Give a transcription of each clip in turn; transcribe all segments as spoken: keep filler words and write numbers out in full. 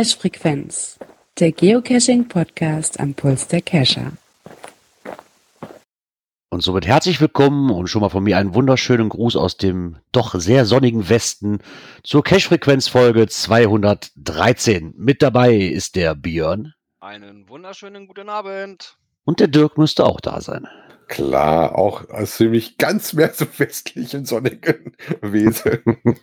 Cache-Frequenz, der Geocaching-Podcast am Puls der Cacher. Und somit herzlich willkommen und schon mal von mir einen wunderschönen Gruß aus dem doch sehr sonnigen Westen zur Cache-Frequenz-Folge zweihundertdreizehn. Mit dabei ist der Björn. Einen wunderschönen guten Abend. Und der Dirk müsste auch da sein. Klar, auch aus ziemlich ganz mehr so westlichen sonnigen Wesen.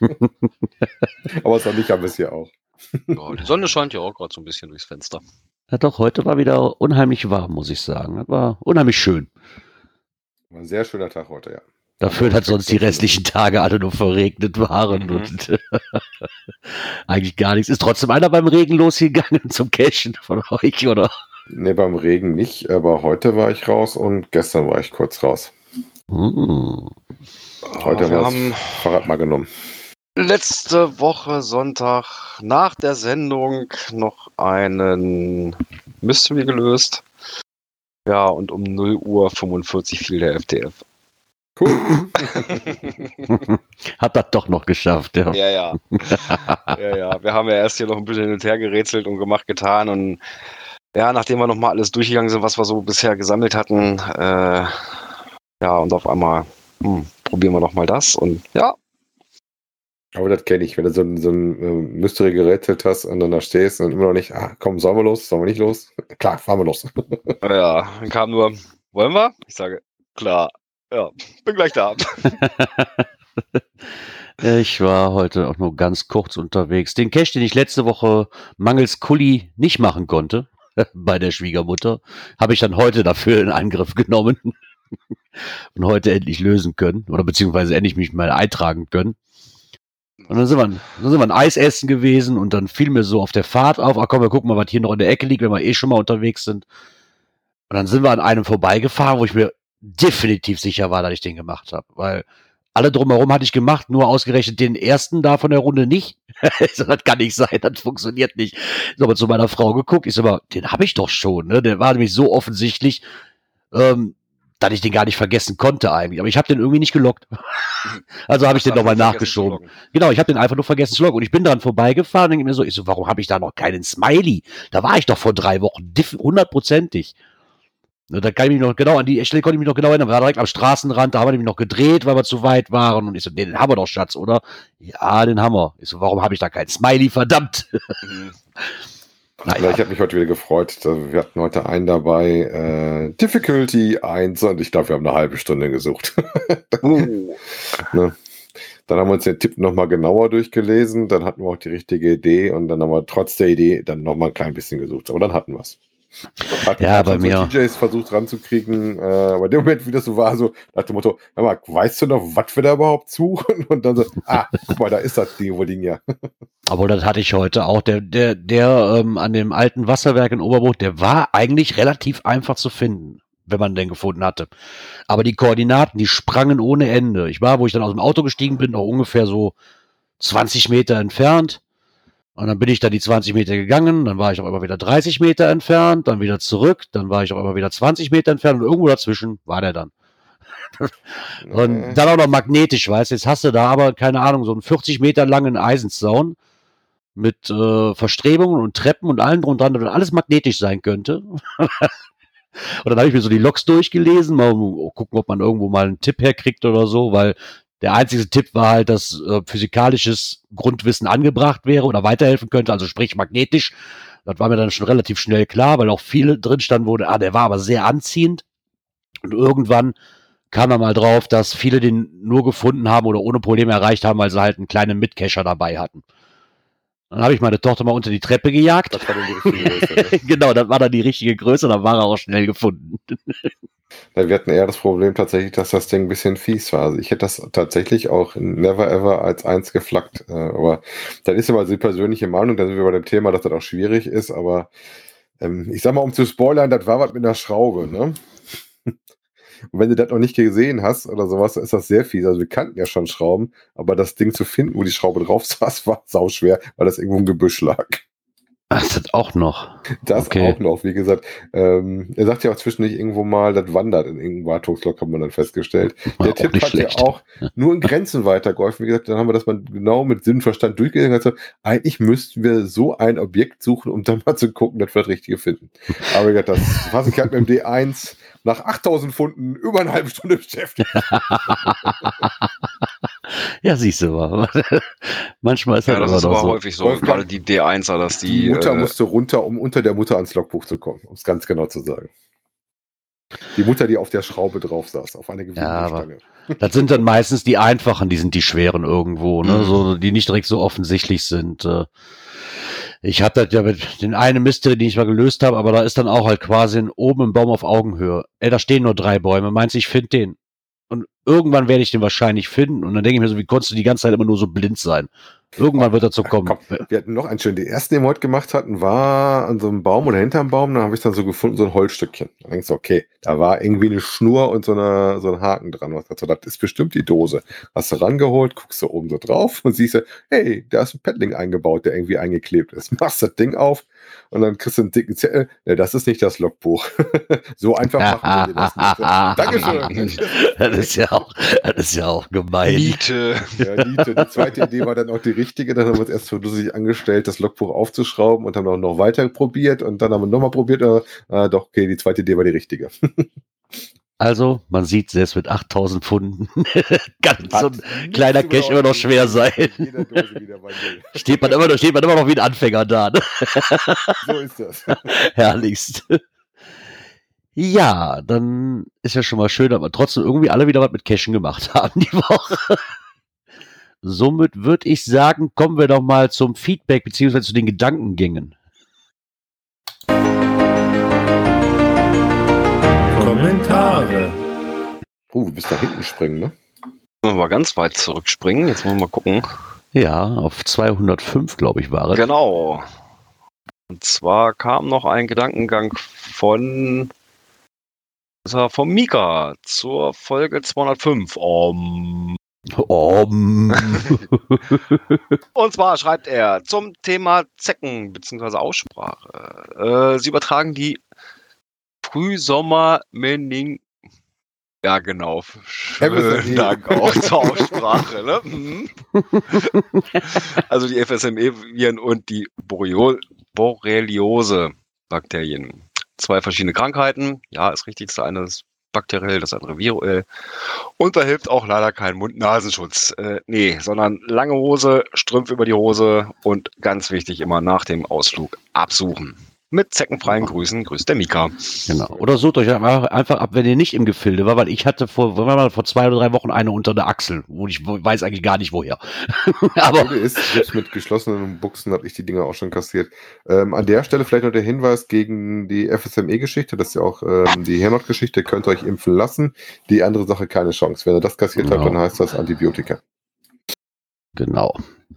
Aber sonnig haben wir es hier auch. Ja, die Sonne scheint ja auch gerade so ein bisschen durchs Fenster. Ja doch, heute war wieder unheimlich warm, muss ich sagen. Das war unheimlich schön. War ein sehr schöner Tag heute, ja. Dafür, dass sonst die restlichen Tage alle nur verregnet waren Mhm. und eigentlich gar nichts. Ist trotzdem einer beim Regen losgegangen zum Cachen von euch, oder? Ne, beim Regen nicht, aber heute war ich raus und gestern war ich kurz raus. Hm. Heute Ja, wir haben wir haben- das Fahrrad mal genommen. Letzte Woche Sonntag nach der Sendung noch einen Mystery gelöst. Ja, und um null Uhr fünfundvierzig fiel der F D F. Cool. Hat das doch noch geschafft, ja. Ja, ja. ja, ja. Wir haben ja erst hier noch ein bisschen hin und her gerätselt und gemacht, getan. Und ja, nachdem wir nochmal alles durchgegangen sind, was wir so bisher gesammelt hatten, äh, ja, und auf einmal hm, probieren wir doch mal das. Und ja, Aber das kenne ich, wenn du so ein, so ein äh, Mystery gerätselt hast und dann da stehst und immer noch nicht, ah, komm, sollen wir los, sollen wir nicht los? Klar, fahren wir los. ja, dann kam nur, wollen wir? Ich sage, klar. Ja, bin gleich da. Ich war heute auch nur ganz kurz unterwegs. Den Cache, den ich letzte Woche mangels Kuli nicht machen konnte, bei der Schwiegermutter, habe ich dann heute dafür in Angriff genommen und heute endlich lösen können oder beziehungsweise endlich mich mal eintragen können. Und dann sind wir, dann sind wir ein Eis essen gewesen und dann fiel mir so auf der Fahrt auf, ach komm, wir gucken mal, was hier noch in der Ecke liegt, wenn wir eh schon mal unterwegs sind. Und dann sind wir an einem vorbeigefahren, wo ich mir definitiv sicher war, dass ich den gemacht habe, weil alle drumherum hatte ich gemacht, nur ausgerechnet den ersten da von der Runde nicht. So, das kann nicht sein, das funktioniert nicht. So, aber zu meiner Frau geguckt, ich so, aber den habe ich doch schon, ne? Der war nämlich so offensichtlich, ähm, dass ich den gar nicht vergessen konnte eigentlich. Aber ich habe den irgendwie nicht gelockt. Also habe ich den nochmal nachgeschoben. Genau, ich habe den einfach nur vergessen zu loggen. Und ich bin dran vorbeigefahren und denke mir so, ich so, warum habe ich da noch keinen Smiley? Da war ich doch vor drei Wochen, hundertprozentig. Ne, da kann ich mich noch genau an die Stelle konnte ich mich noch genau erinnern. Wir waren direkt am Straßenrand, da haben wir nämlich noch gedreht, weil wir zu weit waren. Und ich so, nee, den haben wir doch, Schatz, oder? Ja, den haben wir. Ich so, warum habe ich da keinen Smiley, verdammt? Mhm. Ja, Naja, ich habe mich heute wieder gefreut. Also wir hatten heute einen dabei, äh, Difficulty eins und ich glaube, wir haben eine halbe Stunde gesucht. Uh. Ne? Dann haben wir uns den Tipp nochmal genauer durchgelesen, dann hatten wir auch die richtige Idee und dann haben wir trotz der Idee dann nochmal ein klein bisschen gesucht. Aber dann hatten wir es. Ja, bei mir. D Js versucht ranzukriegen, äh, aber in dem Moment, wie das so war, so nach dem Motto, hör mal, weißt du noch, was wir da überhaupt suchen? Und dann so, ah, guck mal, da ist das Ding wohl Ding ja. aber das hatte ich heute auch. Der, der, der ähm, an dem alten Wasserwerk in Oberburg, der war eigentlich relativ einfach zu finden, wenn man den gefunden hatte. Aber die Koordinaten, die sprangen ohne Ende. Ich war, wo ich dann aus dem Auto gestiegen bin, noch ungefähr so zwanzig Meter entfernt. Und dann bin ich da die zwanzig Meter gegangen, dann war ich auch immer wieder dreißig Meter entfernt, dann wieder zurück, dann war ich auch immer wieder zwanzig Meter entfernt und irgendwo dazwischen war der dann. Und dann auch noch magnetisch, weißt du, jetzt hast du da aber, keine Ahnung, so einen vierzig Meter langen Eisenzaun mit äh, Verstrebungen und Treppen und allem drum und dran, dass alles magnetisch sein könnte. Und dann habe ich mir so die Logs durchgelesen, mal oh, gucken, ob man irgendwo mal einen Tipp herkriegt oder so, weil der einzige Tipp war halt, dass äh, physikalisches Grundwissen angebracht wäre oder weiterhelfen könnte, also sprich magnetisch. Das war mir dann schon relativ schnell klar, weil auch viele drin standen, wurde, ah, der war aber sehr anziehend. Und irgendwann kam er mal drauf, dass viele den nur gefunden haben oder ohne Probleme erreicht haben, weil sie halt einen kleinen Mitcacher dabei hatten. Dann habe ich meine Tochter mal unter die Treppe gejagt. Das war dann die richtige Größe. Ne? Genau, das war dann die richtige Größe, dann war er auch schnell gefunden. Ja, wir hatten eher das Problem tatsächlich, dass das Ding ein bisschen fies war. Also ich hätte das tatsächlich auch never ever als eins geflaggt. Äh, aber dann ist immer so die persönliche Meinung, da sind wir bei dem Thema, dass das auch schwierig ist. Aber ähm, ich sag mal, um zu spoilern, das war was mit einer Schraube, ne? Und wenn du das noch nicht gesehen hast oder sowas, ist das sehr fies. Also wir kannten ja schon Schrauben, aber das Ding zu finden, wo die Schraube drauf saß, war sauschwer, weil das irgendwo im Gebüsch lag. Ach, das auch noch. Das Okay. auch noch, wie gesagt. Ähm, er sagt ja auch zwischendurch irgendwo mal, das wandert in irgendeinem Wartungslog, haben wir dann festgestellt. Der Auch Tipp nicht hat ja schlecht. auch nur in Grenzen weitergeholfen. Wie gesagt, dann haben wir das mal genau mit Sinn und Verstand durchgegangen. Also, eigentlich müssten wir so ein Objekt suchen, um dann mal zu gucken, dass wir das Richtige finden. Aber wie gesagt, das fasse ich halt mit dem D eins nach achttausend Pfunden über eine halbe Stunde beschäftigt. Ja, siehst du mal. Manchmal ist Ja, halt das immer ist noch aber so. häufig so, Wolfgang, gerade die D einser, dass die, Die Mutter äh, musste runter, um unter der Mutter ans Logbuch zu kommen, um es ganz genau zu sagen. Die Mutter, die auf der Schraube drauf saß, auf einer Ja, aber Gewindestange. das sind dann meistens die einfachen, die sind die schweren irgendwo, ne? Mhm. So, die nicht direkt so offensichtlich sind. Äh, Ich habe das ja mit den einen Mystery, den ich mal gelöst habe, aber da ist dann auch halt quasi ein, oben im Baum auf Augenhöhe. Ey, da stehen nur drei Bäume. Meinst du, ich finde den? Und irgendwann werde ich den wahrscheinlich finden. Und dann denke ich mir so, wie konntest du die ganze Zeit immer nur so blind sein? Irgendwann wird dazu kommen. Komm, wir hatten noch einen schönen. Den ersten, den wir heute gemacht hatten, war an so einem Baum oder hinterm Baum. Da habe ich dann so gefunden, so ein Holzstückchen. Da denkst du, okay, da war irgendwie eine Schnur und so, eine, so ein Haken dran. Was dazu, das ist bestimmt die Dose. Hast du rangeholt, guckst du oben so drauf und siehst du, hey, da ist ein Paddling eingebaut, der irgendwie eingeklebt ist. Machst das Ding auf und dann kriegst du einen dicken Zettel. Ne, das ist nicht das Logbuch. So einfach machen wir das nicht. Dankeschön. Das ist ja auch, das ist ja auch gemein. Miete. Ja, die, die zweite Idee war dann auch die richtige. Dann haben wir uns erst so lustig angestellt, das Logbuch aufzuschrauben und haben auch noch weiter probiert und dann haben wir nochmal probiert. Äh, äh, doch, okay, die zweite Idee war die richtige. Also, man sieht, selbst mit achttausend Pfunden kann so ein Hat kleiner nichts Cache immer noch überhaupt schwer sein. in jeder Dose wieder bei Null. Steht man immer noch, steht man immer noch wie ein Anfänger da. Ne? So ist das. Herrlichst. Ja, dann ist ja schon mal schön, aber trotzdem irgendwie alle wieder was mit Cachen gemacht haben die Woche. Somit würde ich sagen, kommen wir doch mal zum Feedback beziehungsweise zu den Gedankengängen. Kommentare. Oh, du bist da hinten springen, ne? Müssen wir mal ganz weit zurückspringen. Jetzt wollen wir mal gucken. Ja, auf zweihundertfünf, glaube ich, war es. Genau. Und zwar kam noch ein Gedankengang von, das war von Mika zur Folge zweihundertfünf. Um, Um. und zwar schreibt er zum Thema Zecken bzw. Aussprache. Äh, sie übertragen die Frühsommer-Mening. Ja, genau. Schönen Dank auch zur Aussprache. Ne? Mhm. Also die F S M E-Viren und die Borrelio- Borreliose-Bakterien. Zwei verschiedene Krankheiten. Ja, ist richtig. Das eine ist bakteriell, das andere viruell. Und da hilft auch leider kein Mund-Nasenschutz. Äh, nee, sondern lange Hose, Strümpfe über die Hose und ganz wichtig, immer nach dem Ausflug absuchen. Mit zeckenfreien Grüßen, grüßt der Mika. Genau. Oder sucht euch einfach, einfach ab, wenn ihr nicht im Gefilde war, weil ich hatte vor, war mal vor zwei oder drei Wochen eine unter der Achsel, wo ich weiß eigentlich gar nicht woher. Aber Gute ist, selbst mit geschlossenen Buchsen habe ich die Dinger auch schon kassiert. Ähm, an der Stelle vielleicht noch der Hinweis gegen die F S M E-Geschichte, das ist ja auch ähm, die Hirnhaut-Geschichte, könnt ihr euch impfen lassen. Die andere Sache keine Chance. Wenn ihr das kassiert Genau. habt, dann heißt das Antibiotika. genau.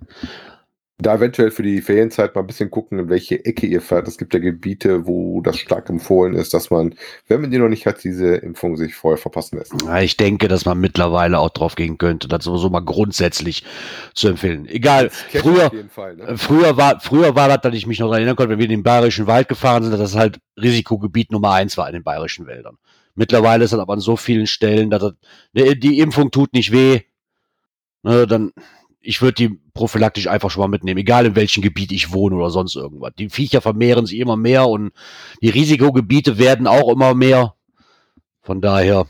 Da eventuell für die Ferienzeit mal ein bisschen gucken, in welche Ecke ihr fahrt. Es gibt ja Gebiete, wo das stark empfohlen ist, dass man, wenn man die noch nicht hat, diese Impfung sich vorher verpassen lässt. Ja, ich denke, dass man mittlerweile auch drauf gehen könnte, das sowieso mal grundsätzlich zu empfehlen. Egal, Cash früher, auf jeden Fall, ne? äh, früher war, früher war das, dass ich mich noch daran erinnern konnte, wenn wir in den Bayerischen Wald gefahren sind, dass das halt Risikogebiet Nummer eins war in den Bayerischen Wäldern. Mittlerweile ist das aber an so vielen Stellen, dass das, ne, die Impfung tut nicht weh, ne, dann, ich würde die prophylaktisch einfach schon mal mitnehmen, egal in welchem Gebiet ich wohne oder sonst irgendwas. Die Viecher vermehren sich immer mehr und die Risikogebiete werden auch immer mehr. Von daher.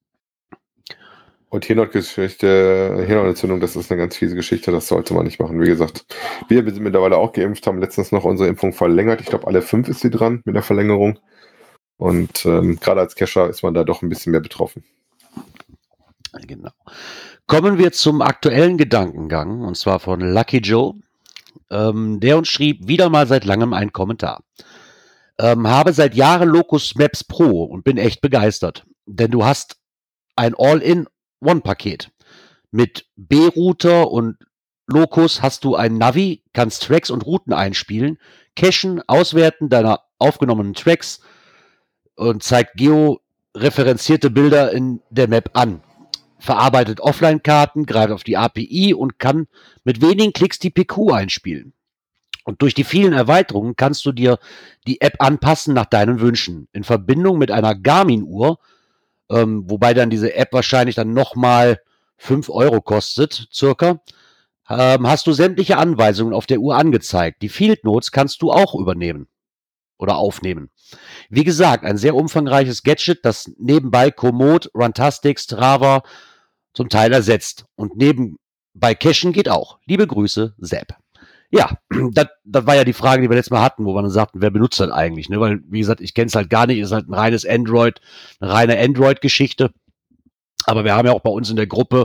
Und Hirnhautgeschichte, Hirnhautentzündung, das ist eine ganz fiese Geschichte, das sollte man nicht machen. Wie gesagt, wir sind mittlerweile auch geimpft, haben letztens noch unsere Impfung verlängert. Ich glaube, alle fünf ist sie dran mit der Verlängerung. Und ähm, gerade als Cacher ist man da doch ein bisschen mehr betroffen. Genau. Kommen wir zum aktuellen Gedankengang, und zwar von Lucky Joe. Ähm, der uns schrieb, wieder mal seit langem ein Kommentar. Ähm, habe seit Jahren Locus Maps Pro und bin echt begeistert. Denn du hast ein All-in-One-Paket. Mit B-Router und Locus hast du ein Navi, kannst Tracks und Routen einspielen, cachen, auswerten deiner aufgenommenen Tracks und zeigt georeferenzierte Bilder in der Map an. Verarbeitet Offline-Karten, greift auf die A P I und kann mit wenigen Klicks die P Q einspielen. Und durch die vielen Erweiterungen kannst du dir die App anpassen nach deinen Wünschen. In Verbindung mit einer Garmin-Uhr, ähm, wobei dann diese App wahrscheinlich dann nochmal fünf Euro kostet, circa, ähm, hast du sämtliche Anweisungen auf der Uhr angezeigt. Die Field Notes kannst du auch übernehmen oder aufnehmen. Wie gesagt, ein sehr umfangreiches Gadget, das nebenbei Komoot, Runtastic, Strava zum Teil ersetzt. Und nebenbei Cachen geht auch. Liebe Grüße, Sepp. Ja, das, das war ja die Frage, die wir letztes Mal hatten, wo wir dann sagten, wer benutzt das eigentlich? Ne? Weil, wie gesagt, ich kenne es halt gar nicht, ist halt ein reines Android, eine reine Android-Geschichte. Aber wir haben ja auch bei uns in der Gruppe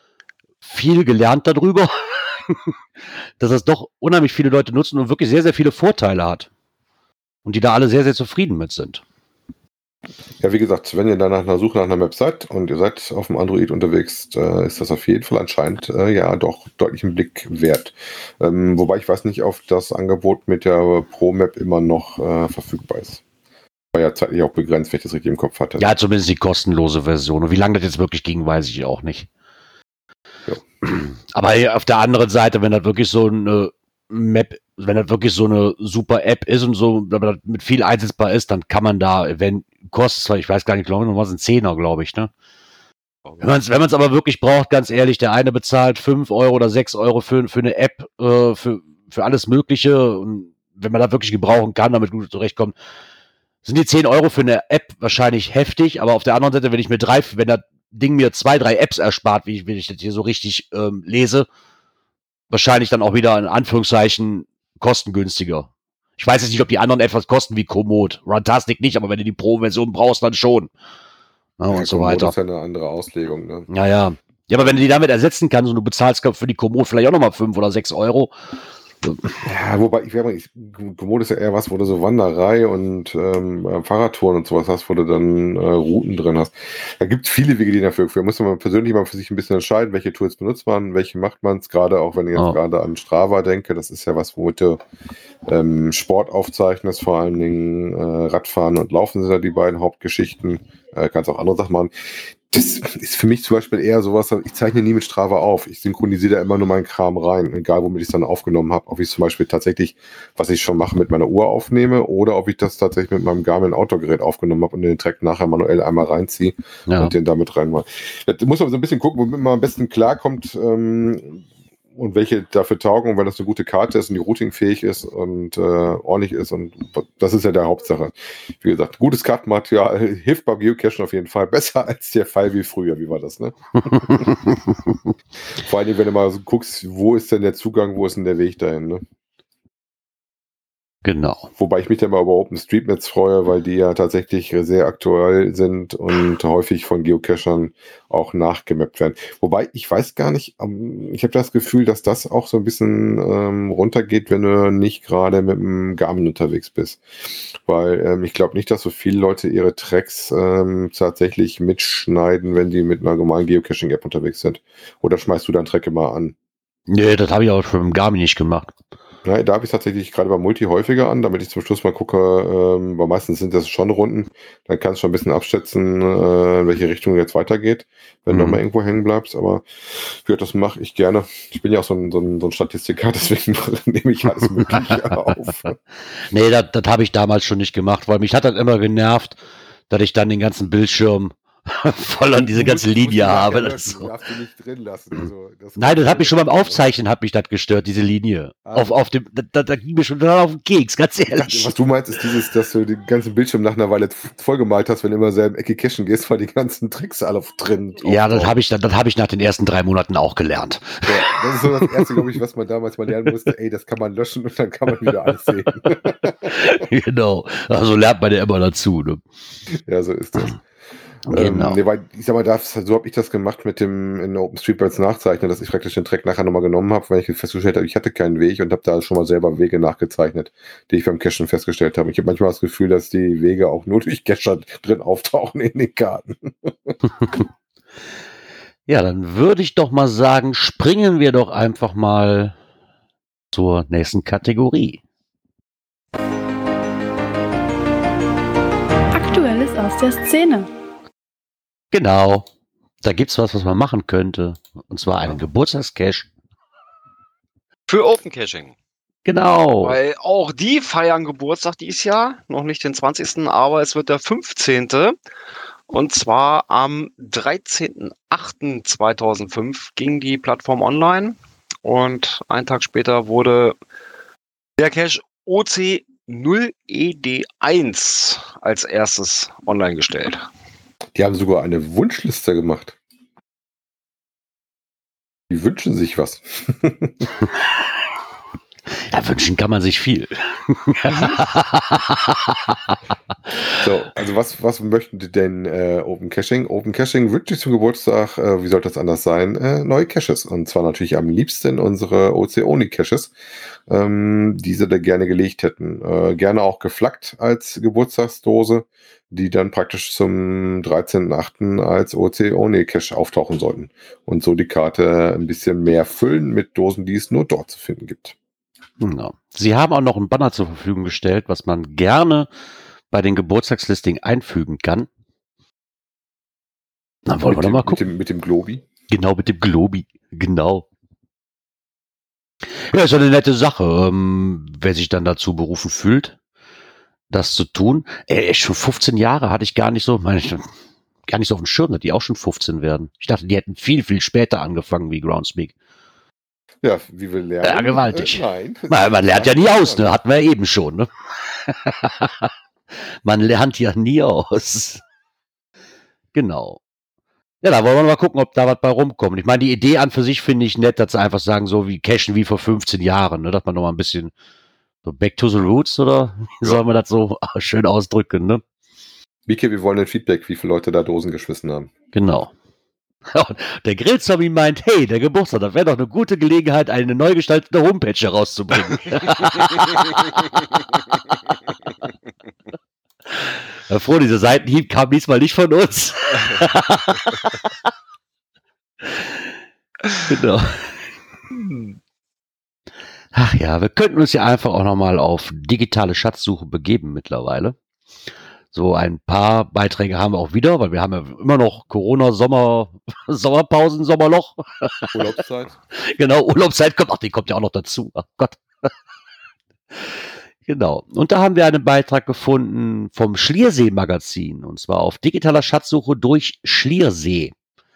viel gelernt darüber, dass das doch unheimlich viele Leute nutzen und wirklich sehr, sehr viele Vorteile hat. Und die da alle sehr, sehr zufrieden mit sind. Ja, wie gesagt, wenn ihr danach einer Suche nach einer Map seid und ihr seid auf dem Android unterwegs, äh, ist das auf jeden Fall anscheinend äh, ja doch deutlich einen Blick wert. Ähm, wobei ich weiß nicht, ob das Angebot mit der Pro-Map immer noch äh, verfügbar ist. War ja zeitlich auch begrenzt, wenn ich das richtig im Kopf hatte. Ja, zumindest die kostenlose Version. Und wie lange das jetzt wirklich ging, weiß ich auch nicht. Ja. Aber auf der anderen Seite, wenn das wirklich so eine Map, wenn das wirklich so eine super App ist und so, aber das mit viel einsetzbar ist, dann kann man da, wenn kostet zwar, ich weiß gar nicht, glaube ich, noch was ein Zehner, glaube ich, ne? Wenn man es wenn man's aber wirklich braucht, ganz ehrlich, der eine bezahlt fünf Euro oder sechs Euro für, für eine App, äh, für, für alles Mögliche. Und wenn man da wirklich gebrauchen kann, damit gut zurechtkommt, sind die zehn Euro für eine App wahrscheinlich heftig. Aber auf der anderen Seite, wenn ich mir drei, wenn das Ding mir zwei, drei Apps erspart, wie ich, wenn ich das hier so richtig ähm, lese, wahrscheinlich dann auch wieder in Anführungszeichen kostengünstiger. Ich weiß jetzt nicht, ob die anderen etwas kosten wie Komoot. Runtastic nicht, aber wenn du die Pro-Version brauchst, dann schon. Ja, Ja, und so Komoot weiter. ist ja eine andere Auslegung, ne? Ja, ja. Ja, aber wenn du die damit ersetzen kannst und du bezahlst für die Komoot vielleicht auch nochmal fünf oder sechs Euro. Ja, wobei, ich wäre mal, ich, Komoot ist ja eher was, wo du so Wanderei und ähm, Fahrradtouren und sowas hast, wo du dann äh, Routen drin hast. Da gibt es viele Wege, die dafür führen. Muss man persönlich mal für sich ein bisschen entscheiden, welche Tools benutzt man, welche macht man es, gerade auch wenn ich jetzt Oh. gerade an Strava denke, das ist ja was, womit du ähm, Sport aufzeichnest, vor allen Dingen äh, Radfahren und Laufen sind ja die beiden Hauptgeschichten. Äh, kannst auch andere Sachen machen. Das ist für mich zum Beispiel eher sowas, ich zeichne nie mit Strava auf. Ich synchronisiere da immer nur meinen Kram rein, egal womit ich es dann aufgenommen habe. Ob ich es zum Beispiel tatsächlich, was ich schon mache, mit meiner Uhr aufnehme oder ob ich das tatsächlich mit meinem Garmin Autogerät aufgenommen habe und den Track nachher manuell einmal reinziehe Ja. und den damit reinmache. Da muss man so ein bisschen gucken, womit man am besten klarkommt, ähm, und welche dafür taugen, und wenn das eine gute Karte ist und die routingfähig ist und äh, ordentlich ist, und das ist ja der Hauptsache. Wie gesagt, gutes Kartenmaterial hilft beim Geocachen auf jeden Fall besser als der Fall wie früher. Wie war das, ne? Vor allem, wenn du mal so guckst, wo ist denn der Zugang, wo ist denn der Weg dahin, ne? Genau. Wobei ich mich dann mal über OpenStreetMaps freue, weil die ja tatsächlich sehr aktuell sind und häufig von Geocachern auch nachgemappt werden. Wobei, ich weiß gar nicht, ähm, ich habe das Gefühl, dass das auch so ein bisschen ähm, runtergeht, wenn du nicht gerade mit dem Garmin unterwegs bist. Weil ähm, ich glaube nicht, dass so viele Leute ihre Tracks ähm, tatsächlich mitschneiden, wenn die mit einer normalen Geocaching-App unterwegs sind. Oder schmeißt du deinen Track immer an? Nee, das habe ich auch schon mit dem Garmin nicht gemacht. Ja, da habe ich tatsächlich gerade bei Multi häufiger an, damit ich zum Schluss mal gucke, ähm, weil meistens sind das schon Runden, dann kannst du schon ein bisschen abschätzen, äh, in welche Richtung jetzt weitergeht, wenn Mhm. du mal irgendwo hängen bleibst, aber ja, das mache ich gerne. Ich bin ja auch so ein, so ein, so ein Statistiker, deswegen nehme ich alles Mögliche auf. Nee, das, das habe ich damals schon nicht gemacht, weil mich hat das immer genervt, dass ich dann den ganzen Bildschirm voll an diese Du ganze musst- du musst die Linie habe. nachher Das löschen, so. du darfst die nicht drin lassen. Also, das Nein, das kann- hat mich schon beim Aufzeichnen hat mich das gestört, diese Linie. Ah. Auf, auf dem, da, da ging mir schon total auf den Keks, ganz ehrlich. Was du meinst, ist dieses, dass du den ganzen Bildschirm nach einer Weile vollgemalt hast, wenn du immer selben Ecke cachen gehst, weil die ganzen Tricks alle drin Ja, das auftauchen. habe ich, das, das habe ich nach den ersten drei Monaten auch gelernt. Ja, das ist so das Erste, glaube ich, was man damals mal lernen musste. Ey, das kann man löschen und dann kann man wieder alles sehen. Genau. Also lernt man ja immer dazu. Ne? Ja, so ist das. Genau. Ähm, nee, weil, ich sag mal, das, so habe ich das gemacht mit dem in OpenStreetMaps nachzeichnen, dass ich praktisch den Track nachher nochmal genommen habe, weil ich festgestellt habe, ich hatte keinen Weg und habe da schon mal selber Wege nachgezeichnet, die ich beim Cachen festgestellt habe. Ich habe manchmal das Gefühl, dass die Wege auch nur durch Cacher drin auftauchen in den Karten. Ja, dann würde ich doch mal sagen, springen wir doch einfach mal zur nächsten Kategorie. Aktuelles aus der Szene. Genau. Da gibt's was, was man machen könnte. Und zwar einen Geburtstagscache. Für Open Caching. Genau. Weil auch die feiern Geburtstag dieses Jahr, noch nicht den zwanzigsten, aber es wird der fünfzehnte. Und zwar am dreizehnten achten zweitausendfünf ging die Plattform online und einen Tag später wurde der Cache O C null E D eins als erstes online gestellt. Die haben sogar eine Wunschliste gemacht. Die wünschen sich was. Ja, wünschen kann man sich viel. So, also was, was möchten die denn äh, Open Caching? Open Caching wünscht sich zum Geburtstag, äh, wie sollte das anders sein, äh, neue Caches. Und zwar natürlich am liebsten unsere O C-Only-Caches, ähm, die sie da gerne gelegt hätten. Äh, gerne auch geflaggt als Geburtstagsdose, die dann praktisch zum dreizehnten achten als O C-Only-Cache auftauchen sollten. Und so die Karte ein bisschen mehr füllen mit Dosen, die es nur dort zu finden gibt. Genau. Sie haben auch noch einen Banner zur Verfügung gestellt, was man gerne bei den Geburtstagslisting einfügen kann. Dann wollen mit wir dem, doch mal mit gucken. dem, mit dem Globi. Genau, mit dem Globi. Genau. Ja, ist ja eine nette Sache, ähm, wer sich dann dazu berufen fühlt, das zu tun. Ey, schon fünfzehn Jahre hatte ich gar nicht so, meine ich, gar nicht so auf dem Schirm, dass die auch schon fünfzehn werden. Ich dachte, die hätten viel, viel später angefangen wie Groundspeak. Ja, wie wir lernen. Ja, gewaltig. Äh, nein. Man, man lernt ja nie aus, ne? Hatten wir ja eben schon, ne? Man lernt ja nie aus. Genau. Ja, da wollen wir mal gucken, ob da was bei rumkommt. Ich meine, die Idee an für sich finde ich nett, dass sie einfach sagen, so wie Cashen wie vor fünfzehn Jahren, ne? Dass man nochmal ein bisschen so back to the roots, oder wie Ja. soll man das so schön ausdrücken, ne? Miki, wir wollen ein Feedback, wie viele Leute da Dosen geschmissen haben. Genau. Und der Grillzombie meint, hey, der Geburtstag, das wäre doch eine gute Gelegenheit, eine neu gestaltete Homepage herauszubringen. Ja, froh, diese Seitenhieb kam diesmal nicht von uns. Genau. Ach ja, wir könnten uns ja einfach auch nochmal auf digitale Schatzsuche begeben mittlerweile. So ein paar Beiträge haben wir auch wieder, weil wir haben ja immer noch Corona, Sommer, Sommerpausen, Sommerloch. Urlaubszeit. Genau, Urlaubszeit kommt, ach, die kommt ja auch noch dazu. Ach Gott. Genau. Und da haben wir einen Beitrag gefunden vom Schliersee-Magazin. Und zwar auf digitaler Schatzsuche durch Schliersee.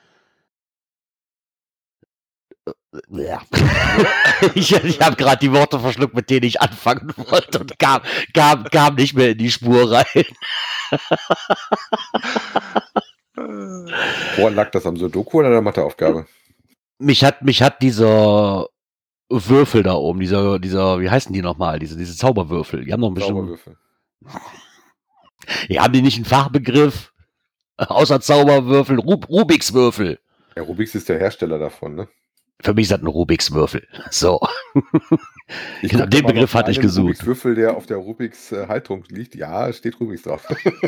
Ja. ich ich habe gerade die Worte verschluckt, mit denen ich anfangen wollte und kam, kam, kam nicht mehr in die Spur rein. Woran lag das, am Sudoku oder der Matheaufgabe? Mich hat, mich hat dieser Würfel da oben, dieser, dieser, wie heißen die nochmal, diese, diese Zauberwürfel, die haben noch einen bestimmten, Zauberwürfel. die haben die nicht einen Fachbegriff, außer Zauberwürfel, Rub, Rubiks Würfel. Ja, Rubix ist der Hersteller davon, ne? Für mich ist das ein Rubiks Würfel. So. Ich Genau, guck den mal Begriff noch hatte ich einen gesucht. Rubiks Würfel, der auf der Rubiks äh, Halterung liegt. Ja, es steht Rubiks drauf.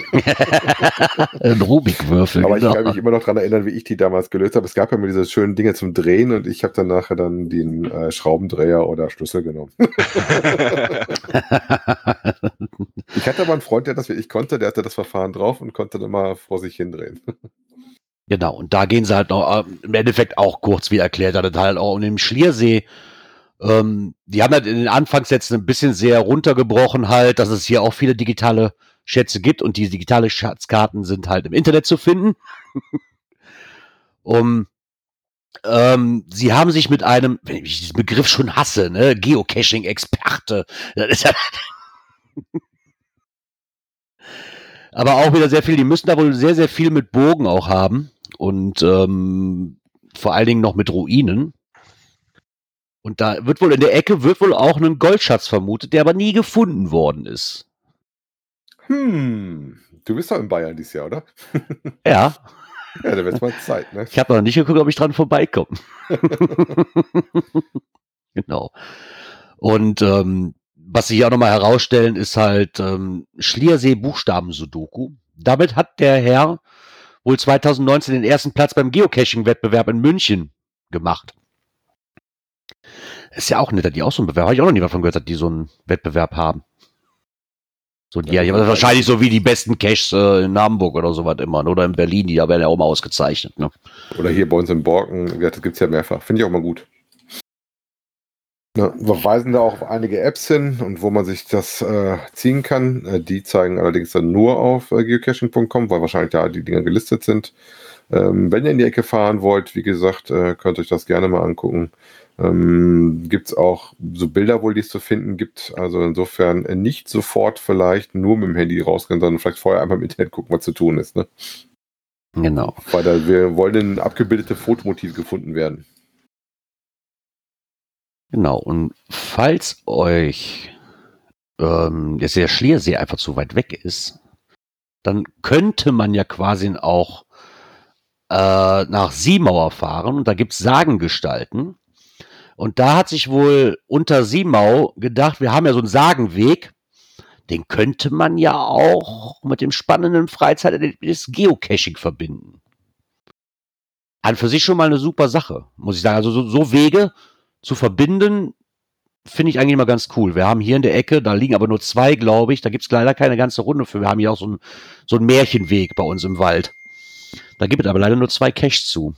Ein Rubik-Würfel, Aber genau. ich kann mich immer noch daran erinnern, wie ich die damals gelöst habe. Es gab ja immer diese schönen Dinge zum Drehen und ich habe dann nachher dann den äh, Schraubendreher oder Schlüssel genommen. Ich hatte aber einen Freund, der das wirklich konnte, der hatte das Verfahren drauf und konnte dann immer vor sich hindrehen. Genau, und da gehen sie halt noch, äh, im Endeffekt auch kurz, wie erklärt, hat halt auch um den Schliersee. Ähm, die haben halt in den Anfangssätzen ein bisschen sehr runtergebrochen halt, dass es hier auch viele digitale Schätze gibt und die digitale Schatzkarten sind halt im Internet zu finden. um, ähm, sie haben sich mit einem, wenn ich diesen Begriff schon hasse, ne, Geocaching-Experte. Das ist ja aber auch wieder sehr viel, die müssen da wohl sehr, sehr viel mit Burgen auch haben und ähm, vor allen Dingen noch mit Ruinen. Und da wird wohl in der Ecke, wird wohl auch ein Goldschatz vermutet, der aber nie gefunden worden ist. Hm, du bist doch in Bayern dieses Jahr, oder? Ja, Ja, da wird's mal Zeit, ne? ich habe noch nicht geguckt, ob ich dran vorbeikomme. Genau. Und ähm, was sie hier auch nochmal herausstellen, ist halt ähm, Schliersee-Buchstaben-Sudoku. Damit hat der Herr wohl zweitausendneunzehn den ersten Platz beim Geocaching-Wettbewerb in München gemacht. Ist ja auch nett, dass die auch so einen Bewerb, habe ich auch noch nie davon gehört, dass die so einen Wettbewerb haben. So, die, ja, die haben wahrscheinlich so wie die besten Caches äh, in Hamburg oder sowas immer, oder in Berlin, die da werden ja auch mal ausgezeichnet. Ne? Oder hier bei uns in Borken, das gibt's ja mehrfach. Finde ich auch mal gut. Ja, wir weisen da auch auf einige Apps hin und wo man sich das äh, ziehen kann. Äh, die zeigen allerdings dann nur auf äh, geocaching punkt com, weil wahrscheinlich da die Dinger gelistet sind. Ähm, wenn ihr in die Ecke fahren wollt, wie gesagt, äh, könnt ihr euch das gerne mal angucken. Ähm, gibt es auch so Bilder wohl, die es zu finden gibt. Also insofern äh, nicht sofort vielleicht nur mit dem Handy rausgehen, sondern vielleicht vorher einmal im Internet gucken, was zu tun ist. Ne? Genau. Weil da, wir wollen abgebildete Fotomotive gefunden werden. Genau. Und falls euch ähm, jetzt der Schliersee einfach zu weit weg ist, dann könnte man ja quasi auch äh, nach Siemauer fahren. Und da gibt es Sagengestalten. Und da hat sich wohl unter Siemau gedacht, wir haben ja so einen Sagenweg, den könnte man ja auch mit dem spannenden Freizeiterlebnis Geocaching verbinden. An für sich schon mal eine super Sache, muss ich sagen. Also so, so Wege zu verbinden, finde ich eigentlich immer ganz cool. Wir haben hier in der Ecke, da liegen aber nur zwei, glaube ich, da gibt es leider keine ganze Runde für. Wir haben hier auch so einen, so einen Märchenweg bei uns im Wald. Da gibt es aber leider nur zwei Caches zu.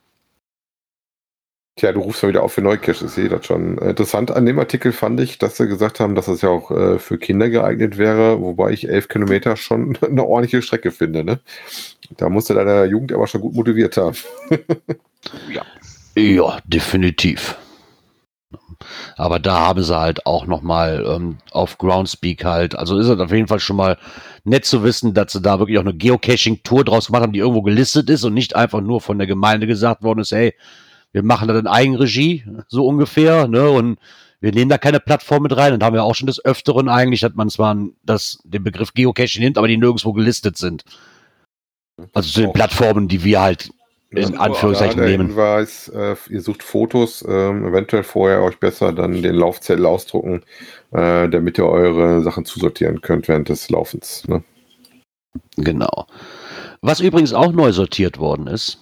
Tja, du rufst ja wieder auf für Neucaches, ich sehe das schon. Interessant an dem Artikel fand ich, dass sie gesagt haben, dass es ja auch äh, für Kinder geeignet wäre, wobei ich elf Kilometer schon eine ordentliche Strecke finde. Ne? Da musste deine Jugend aber schon gut motiviert haben. Ja. Ja, definitiv. Aber da haben sie halt auch nochmal ähm, auf Groundspeak halt, also ist es auf jeden Fall schon mal nett zu wissen, dass sie da wirklich auch eine Geocaching-Tour draus gemacht haben, die irgendwo gelistet ist und nicht einfach nur von der Gemeinde gesagt worden ist, hey, wir machen das in Eigenregie, so ungefähr, ne, und wir nehmen da keine Plattform mit rein. Und da haben wir auch schon des Öfteren eigentlich, dass man zwar das, den Begriff Geocaching nimmt, aber die nirgendwo gelistet sind. Also zu den Plattformen, die wir halt in Ja, Anführungszeichen der nehmen. Hinweis, äh, ihr sucht Fotos, ähm, eventuell vorher euch besser dann den Laufzettel ausdrucken, äh, damit ihr eure Sachen zusortieren könnt während des Laufens. Ne? Genau. Was übrigens auch neu sortiert worden ist,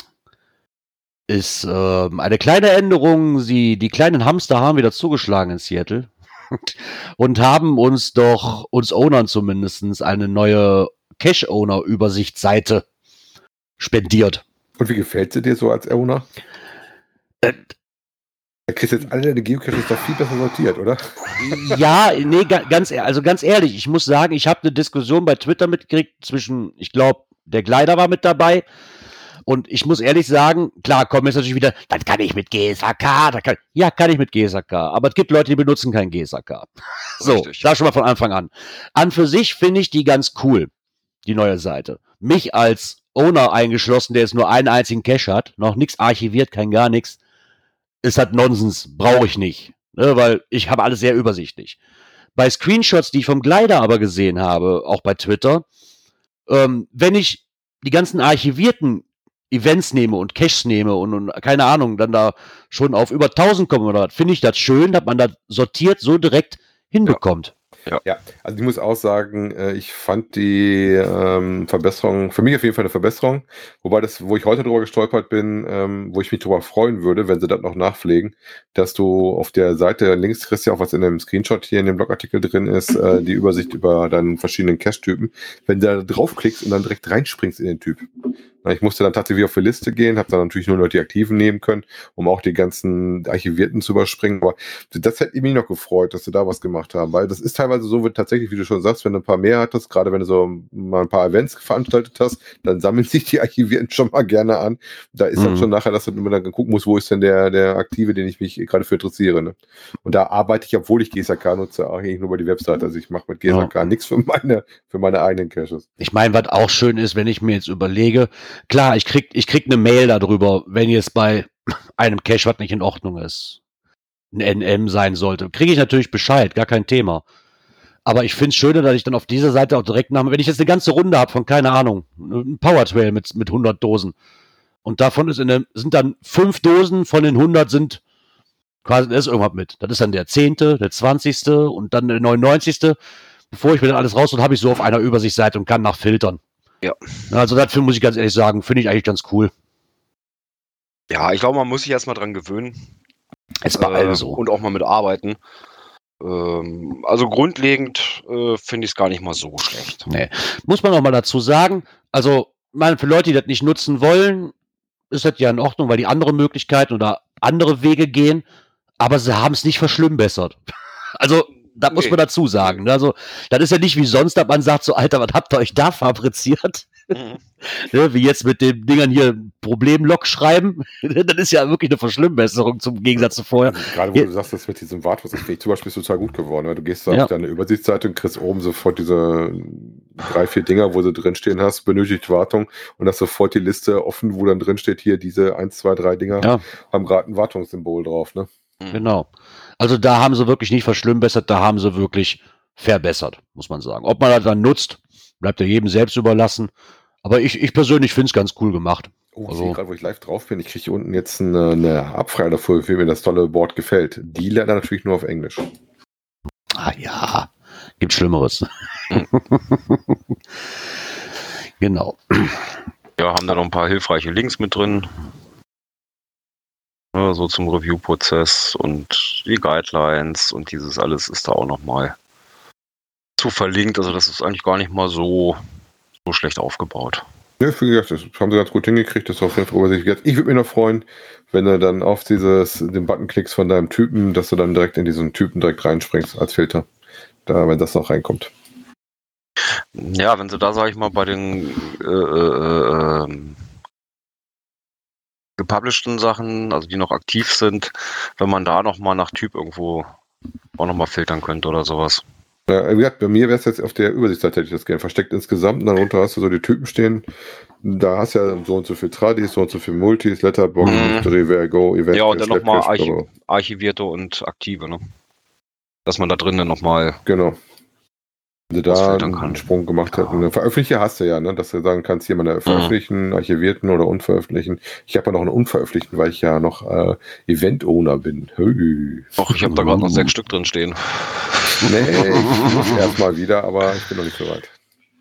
ist ähm, eine kleine Änderung. Sie, die kleinen Hamster haben wieder zugeschlagen in Seattle und haben uns doch, uns Ownern zumindest, eine neue Cache-Owner-Übersichtsseite spendiert. Und wie gefällt sie dir so als Owner? Äh, Da kriegst du jetzt alle deine Geocaches doch viel besser sortiert, oder? Ja, nee, ga, ganz, also ganz ehrlich, ich muss sagen, ich habe eine Diskussion bei Twitter mitgekriegt zwischen, ich glaube, der Gleiter war mit dabei. Und ich muss ehrlich sagen, klar, kommen jetzt natürlich wieder, dann kann ich mit G S A K, dann kann, ja, kann ich mit G S A K, aber es gibt Leute, die benutzen kein G S A K. So, Richtig. da schon mal von Anfang an. An für sich finde ich die ganz cool, die neue Seite. Mich als Owner eingeschlossen, der jetzt nur einen einzigen Cache hat, noch nichts archiviert, kein gar nichts, ist halt Nonsens, brauche ich nicht, ne, weil ich habe alles sehr übersichtlich. Bei Screenshots, die ich vom Glider aber gesehen habe, auch bei Twitter, ähm, wenn ich die ganzen archivierten Events nehme und Caches nehme und, und keine Ahnung, dann da schon auf über tausend kommen oder was, finde ich das schön, dass man das sortiert so direkt hinbekommt. Ja, also ich muss auch sagen, äh, ich fand die ähm, Verbesserung, für mich auf jeden Fall eine Verbesserung, wobei das, wo ich heute drüber gestolpert bin, ähm, wo ich mich drüber freuen würde, wenn sie das noch nachpflegen, dass du auf der Seite links kriegst ja auch, was in dem Screenshot hier in dem Blogartikel drin ist, äh, die Übersicht über deine verschiedenen Cache-Typen, wenn du da draufklickst und dann direkt reinspringst in den Typ. Na, ich musste dann tatsächlich auf die Liste gehen, habe dann natürlich nur noch die Aktiven nehmen können, um auch die ganzen Archivierten zu überspringen, aber das hätte mich noch gefreut, dass sie da was gemacht haben, weil das ist teilweise so, wie tatsächlich, wie du schon sagst, wenn du ein paar mehr hattest, gerade wenn du so mal ein paar Events veranstaltet hast, dann sammeln sich die Archivierten schon mal gerne an. Da ist mhm. dann schon nachher, dass du immer dann gucken musst, wo ist denn der, der Aktive, den ich mich gerade für interessiere. Ne? Und da arbeite ich, obwohl ich G S A K nutze, auch eigentlich nur über die Website. Also ich mache mit G S A K ja. nichts für meine, für meine eigenen Caches. Ich meine, was auch schön ist, wenn ich mir jetzt überlege, klar, ich krieg, ich krieg eine Mail darüber, wenn jetzt bei einem Cache was nicht in Ordnung ist, ein N M sein sollte, kriege ich natürlich Bescheid, gar kein Thema. Aber ich finde es schöner, dass ich dann auf dieser Seite auch direkt nach, wenn ich jetzt eine ganze Runde habe von, keine Ahnung, ein Powertrail mit, mit hundert Dosen und davon ist in der, sind dann fünf Dosen von den hundert sind quasi, da ist irgendwas mit. Das ist dann der zehnte, der zwanzigste und dann der neunundneunzigste Bevor ich mir dann alles raus und habe ich so auf einer Übersichtsseite und kann nach filtern. Ja. Also dafür muss ich ganz ehrlich sagen, finde ich eigentlich ganz cool. Ja, ich glaube, man muss sich erstmal dran gewöhnen. Ist bei äh, allem so. Und auch mal mit arbeiten. Ähm, also grundlegend äh, finde ich es gar nicht mal so schlecht. Nee. Muss man auch mal dazu sagen, also meine, für Leute, die das nicht nutzen wollen, ist das ja in Ordnung, weil die andere Möglichkeiten oder andere Wege gehen. aber sie haben es nicht verschlimmbessert. Also, das muss Nee. man dazu sagen. Ne? Also, das ist ja nicht wie sonst, dass man sagt, so, Alter, was habt ihr euch da fabriziert? Mhm. Ne? Wie jetzt mit den Dingern hier Problemlog schreiben. Das ist ja wirklich eine Verschlimmbesserung zum Gegensatz zu vorher. Gerade wo Ja. du sagst, das mit diesem Wartungsfeld, das finde ich zum Beispiel total gut geworden. Weil du gehst da Ja. auf deine Übersichtsseite und kriegst oben sofort diese drei, vier Dinger, wo du drinstehen hast, benötigt Wartung und hast sofort die Liste offen, wo dann drin steht, hier diese eins, zwei, drei Dinger Ja. haben gerade ein Wartungssymbol drauf. Ne? Genau. Also da haben sie wirklich nicht verschlimmbessert, da haben sie wirklich verbessert, muss man sagen. Ob man das dann nutzt, bleibt ja jedem selbst überlassen. Aber ich, ich persönlich finde es ganz cool gemacht. Oh, ich Also- sehe gerade, wo ich live drauf bin, ich kriege hier unten jetzt eine, eine Abfrage dafür, wie mir das tolle Board gefällt. Die leider natürlich nur auf Englisch. Ah ja, gibt Schlimmeres. Genau. Ja, haben da noch ein paar hilfreiche Links mit drin. Ja, so zum Review-Prozess und die Guidelines und dieses alles ist da auch nochmal zu verlinkt. Also das ist eigentlich gar nicht mal so, so schlecht aufgebaut. Ja, wie gesagt, das haben sie ganz gut hingekriegt, das ist auf jeden Fall übersichtlich. Ich würde mich noch freuen, wenn du dann auf dieses, den Button klickst von deinem Typen, dass du dann direkt in diesen Typen direkt reinspringst als Filter. Da, wenn das noch reinkommt. Ja, wenn sie da, sage ich mal, bei den äh, äh, ähm, gepublishten Sachen, also die noch aktiv sind, wenn man da nochmal nach Typ irgendwo auch nochmal filtern könnte oder sowas. Ja, wie gesagt, bei mir wäre es jetzt auf der Übersichtsseite, hätte ich das gerne versteckt insgesamt und dann runter hast du so die Typen stehen. Da hast du ja so und so viel Tradis, so und so viel Multis, Letterbox, Mhm. Mystery, Vergo, Event. Ja, und dann nochmal Slapcache, archi archivierte und aktive, ne? Dass man da drinnen nochmal. Genau. Wenn du da Ausfiltern kann. einen Sprung gemacht hätten. Eine Veröffentlicher hast du ja, ne? Dass du sagen kannst, jemanden veröffentlichen, archivierten oder unveröffentlichen. Ich habe ja noch einen unveröffentlichten, weil ich ja noch äh, Event-Owner bin. Hü. Doch, ich habe da gerade noch sechs Stück drin stehen. Nee, ich muss erstmal wieder, aber ich bin noch nicht so weit.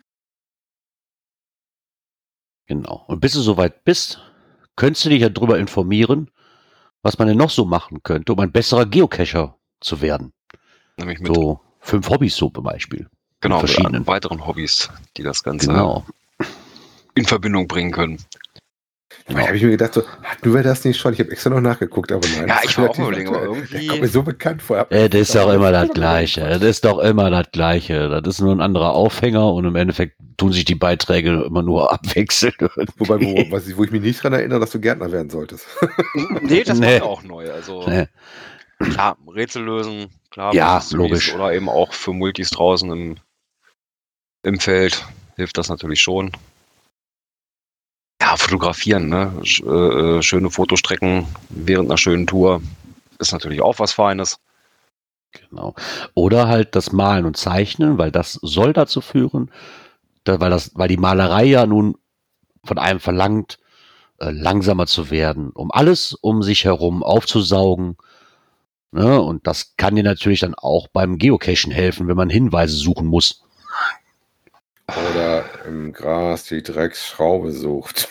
Genau. Und bis du soweit bist, könntest du dich ja darüber informieren, was man denn noch so machen könnte, um ein besserer Geocacher zu werden. Nämlich mit, So fünf Hobbys so zum Beispiel. genau, mit verschiedenen. mit weiteren Hobbys, die das Ganze Genau. in Verbindung bringen können. Da habe ich mir gedacht, so, hatten wir das nicht schon? Ich habe extra noch nachgeguckt, aber nein. Ja, das ich ist war auch relativ überlegen, aber aktuell. irgendwie- Der kommt mir so bekannt vor. Äh, das ist doch immer das Gleiche. Das ist doch immer das Gleiche. Das ist nur ein anderer Aufhänger und im Endeffekt tun sich die Beiträge immer nur abwechseln. Wobei, wo, was ich, wo ich mich nicht dran erinnere, dass du Gärtner werden solltest. Nee, das Nee. war ja auch neu. Also Nee. klar, Rätsel lösen, klar, Ja, Mysteries logisch. Oder eben auch für Multis draußen im, im Feld hilft das natürlich schon. Ja, fotografieren, ne? Sch äh, schöne Fotostrecken während einer schönen Tour ist natürlich auch was Feines. Genau. Oder halt das Malen und Zeichnen, weil das soll dazu führen, da, weil, das, weil die Malerei ja nun von einem verlangt, äh, langsamer zu werden, um alles um sich herum aufzusaugen. Ne? Und das kann dir natürlich dann auch beim Geocachen helfen, wenn man Hinweise suchen muss. Oder im Gras die Drecksschraube sucht.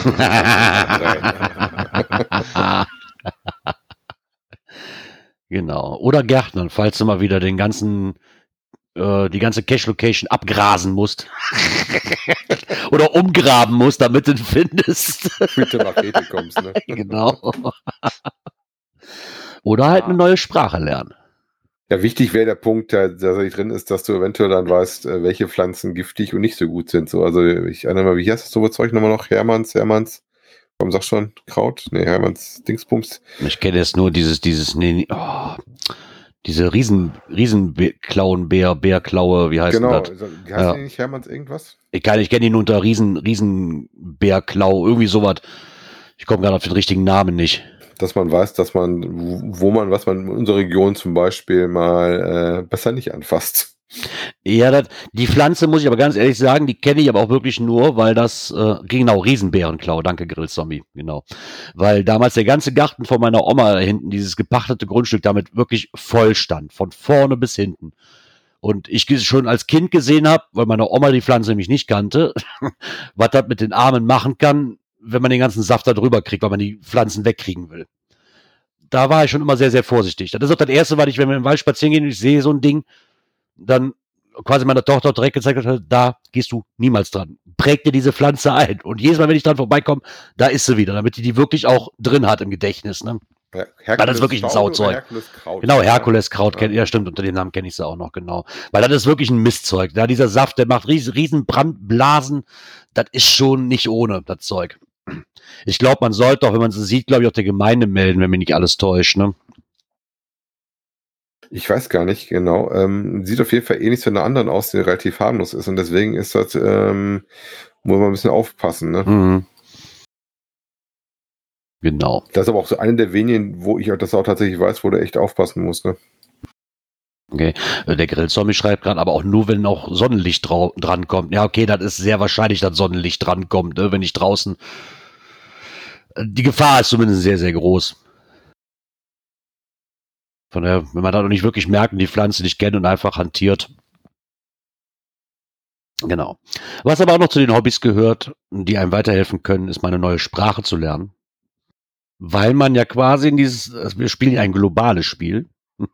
Genau. Oder Gärtnern, falls du mal wieder den ganzen, äh, die ganze Cache-Location abgrasen musst. Oder umgraben musst, damit du ihn findest. Mit der Rakete kommst, ne? Genau. Oder halt eine neue Sprache lernen. Ja, wichtig wäre der Punkt, der, der da drin ist, dass du eventuell dann weißt, äh, welche Pflanzen giftig und nicht so gut sind. So, also ich erinnere mal, wie heißt das so Zeug nochmal noch? Hermanns, Hermanns. Komm, sag schon, Kraut? Nee, Hermanns Dingsbums. Ich kenne jetzt nur dieses, dieses, nee, oh, diese Riesen, Riesenklauenbär, Bärklaue, wie heißt Genau, das? die heißt Ja. die nicht Hermanns irgendwas? Ich, kann- ich kenne ihn unter Riesen, Riesenbärklau, irgendwie sowas. Ich komme gerade auf den richtigen Namen nicht. Dass man weiß, dass man, wo man, was man in unserer Region zum Beispiel mal äh, besser nicht anfasst. Ja, das, die Pflanze, muss ich aber ganz ehrlich sagen, die kenne ich aber auch wirklich nur, weil das, äh, genau, Riesenbärenklau, danke Grillzombie, genau. Weil damals der ganze Garten von meiner Oma da hinten, dieses gepachtete Grundstück, damit wirklich voll stand, von vorne bis hinten. Und ich ge- schon als Kind gesehen habe, weil meine Oma die Pflanze nämlich nicht kannte, was das mit den Armen machen kann, wenn man den ganzen Saft da drüber kriegt, weil man die Pflanzen wegkriegen will. Da war ich schon immer sehr, sehr vorsichtig. Das ist auch das Erste, was ich, wenn wir im Wald spazieren gehen und ich sehe so ein Ding, dann quasi meiner Tochter direkt gezeigt hat, da gehst du niemals dran. Präg dir diese Pflanze ein. Und jedes Mal, wenn ich dran vorbeikomme, da ist sie wieder, damit die die wirklich auch drin hat im Gedächtnis. Ne? Ja, Weil das ist wirklich ein Staude oder Sauzeug. Herkules Kraut. Genau, Herkuleskraut, Ja. kennt ja stimmt, unter dem Namen kenne ich sie auch noch, genau. Weil das ist wirklich ein Mistzeug. Da dieser Saft, der macht riesen, riesen Brandblasen, das ist schon nicht ohne, das Zeug. Ich glaube, man sollte auch, wenn man sie sieht, glaube ich, auch der Gemeinde melden, wenn mich nicht alles täuscht, ne? Ich weiß gar nicht genau. Ähm, sieht auf jeden Fall ähnlich zu einer anderen aus, die relativ harmlos ist. Und deswegen ist das, ähm, muss man ein bisschen aufpassen. Ne? Mhm. Genau. Das ist aber auch so eine der wenigen, wo ich das auch tatsächlich weiß, wo du echt aufpassen musst. Ne? Okay. Der Grillzombie schreibt gerade, aber auch nur, wenn noch Sonnenlicht drau- dran kommt. Ja, okay, das ist sehr wahrscheinlich, dass Sonnenlicht dran kommt, ne? Wenn ich draußen. Die Gefahr ist zumindest sehr, sehr groß. Von daher, wenn man da noch nicht wirklich merkt und die Pflanze nicht kennt und einfach hantiert. Genau. Was aber auch noch zu den Hobbys gehört, die einem weiterhelfen können, ist mal eine neue Sprache zu lernen. Weil man ja quasi in dieses, wir spielen ja ein globales Spiel.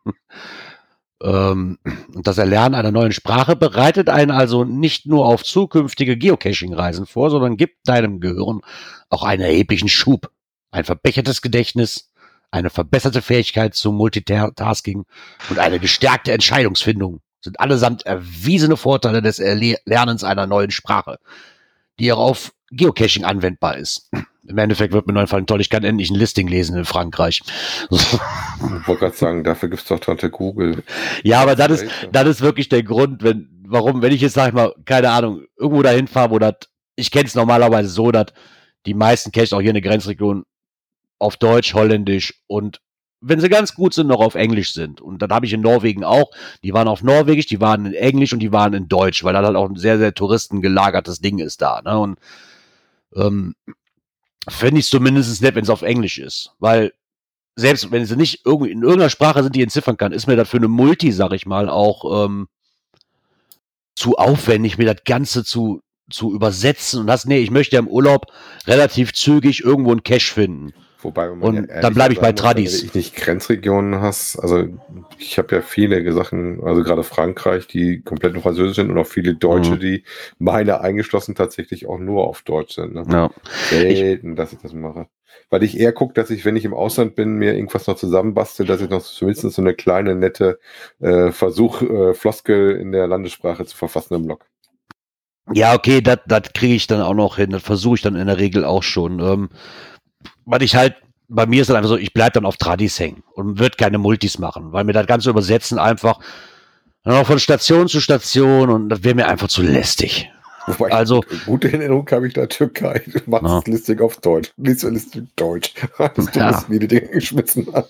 ähm, und das Erlernen einer neuen Sprache bereitet einen also nicht nur auf zukünftige Geocaching-Reisen vor, sondern gibt deinem Gehirn auch einen erheblichen Schub. Ein verbessertes Gedächtnis, eine verbesserte Fähigkeit zum Multitasking und eine gestärkte Entscheidungsfindung sind allesamt erwiesene Vorteile des Erlernens einer neuen Sprache, die auch auf Geocaching anwendbar ist. Im Endeffekt wird mir nur einfallen, toll, ich kann endlich ein Listing lesen in Frankreich. Ich wollte gerade sagen, dafür gibt es doch Tante Google. Ja, aber das ist, das ist wirklich der Grund, wenn, warum, wenn ich jetzt, sag ich mal, keine Ahnung, irgendwo dahin fahre, wo das, ich kenne es normalerweise so, dass die meisten Caches auch hier in der Grenzregion auf Deutsch, Holländisch und wenn sie ganz gut sind, noch auf Englisch sind. Und dann habe ich in Norwegen auch, die waren auf Norwegisch, die waren in Englisch und die waren in Deutsch, weil das halt auch ein sehr, sehr touristengelagertes Ding ist da. Ne? Und ähm, fände ich es zumindest nett, wenn es auf Englisch ist. Weil selbst wenn sie nicht irgendwie in irgendeiner Sprache sind, die entziffern kann, ist mir das für eine Multi, sag ich mal, auch ähm, zu aufwendig, mir das Ganze zu, zu übersetzen. Und das, nee, ich möchte ja im Urlaub relativ zügig irgendwo einen Cache finden. Wobei, wenn man Und ja ehrlich dann bleibe ich bei sagen muss, Tradis. Wenn du nicht Grenzregionen hast, also ich habe ja viele Sachen, also gerade Frankreich, die komplett nur Französisch sind und auch viele Deutsche, Mhm. die meine eingeschlossen tatsächlich auch nur auf Deutsch sind. Ne? Ja. Selten, dass ich das mache. Weil ich eher gucke, dass ich, wenn ich im Ausland bin, mir irgendwas noch zusammenbastel, dass ich noch zumindest so eine kleine, nette äh, Versuch, äh, Floskel in der Landessprache zu verfassen im Blog. Ja, okay, das kriege ich dann auch noch hin. Das versuche ich dann in der Regel auch schon. Ähm, weil ich halt, bei mir ist dann einfach so, ich bleibe dann auf Tradis hängen und würde keine Multis machen, weil mir das Ganze übersetzen einfach noch von Station zu Station und das wäre mir einfach zu lästig. Wobei, Also, gute Erinnerung habe ich da Türkei. Du machst Ja. das Listing auf Deutsch. Liest das Listing Deutsch. Das du Ja. musst wie die Dinge geschmissen haben.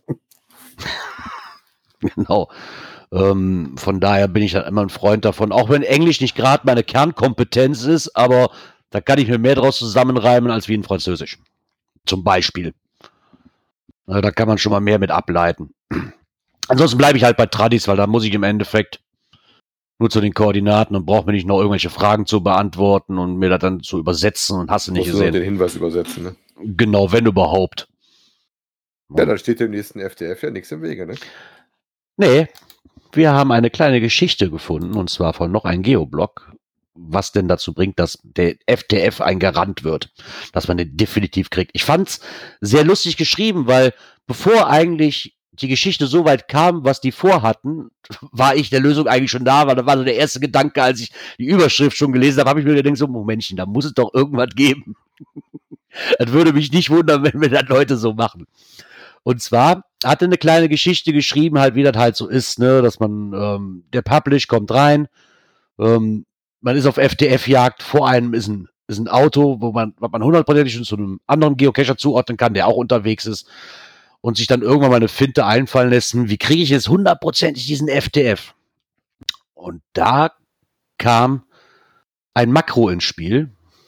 genau. Ähm, von daher bin ich dann immer ein Freund davon, auch wenn Englisch nicht gerade meine Kernkompetenz ist, aber da kann ich mir mehr draus zusammenreimen als wie in Französisch. Zum Beispiel. Na, da kann man schon mal mehr mit ableiten. Ansonsten bleibe ich halt bei Tradis, weil da muss ich im Endeffekt nur zu den Koordinaten und brauche mir nicht noch irgendwelche Fragen zu beantworten und mir das dann zu übersetzen und hast du nicht Musst du nur gesehen. den Hinweis übersetzen, ne? Genau, wenn überhaupt. Ja, dann steht dem nächsten F D F ja nichts im Wege, ne? Nee, wir haben eine kleine Geschichte gefunden, und zwar von noch einem Geoblog, was denn dazu bringt, dass der F D F ein Garant wird, dass man den definitiv kriegt. Ich fand's sehr lustig geschrieben, weil bevor eigentlich die Geschichte so weit kam, was die vorhatten, war ich der Lösung eigentlich schon da, weil da war so der erste Gedanke, als ich die Überschrift schon gelesen habe, habe ich mir gedacht, so, Momentchen, da muss es doch irgendwas geben. Das würde mich nicht wundern, wenn wir das Leute so machen. Und zwar hat er eine kleine Geschichte geschrieben, halt wie das halt so ist, ne, dass man, ähm, der Publish kommt rein, ähm, man ist auf F D F-Jagd, vor einem ist ein, ist ein Auto, wo man, was man hundertprozentig schon zu einem anderen Geocacher zuordnen kann, der auch unterwegs ist und sich dann irgendwann mal eine Finte einfallen lässt, hm, wie kriege ich jetzt hundertprozentig diesen F D F? Und da kam ein Makro ins Spiel,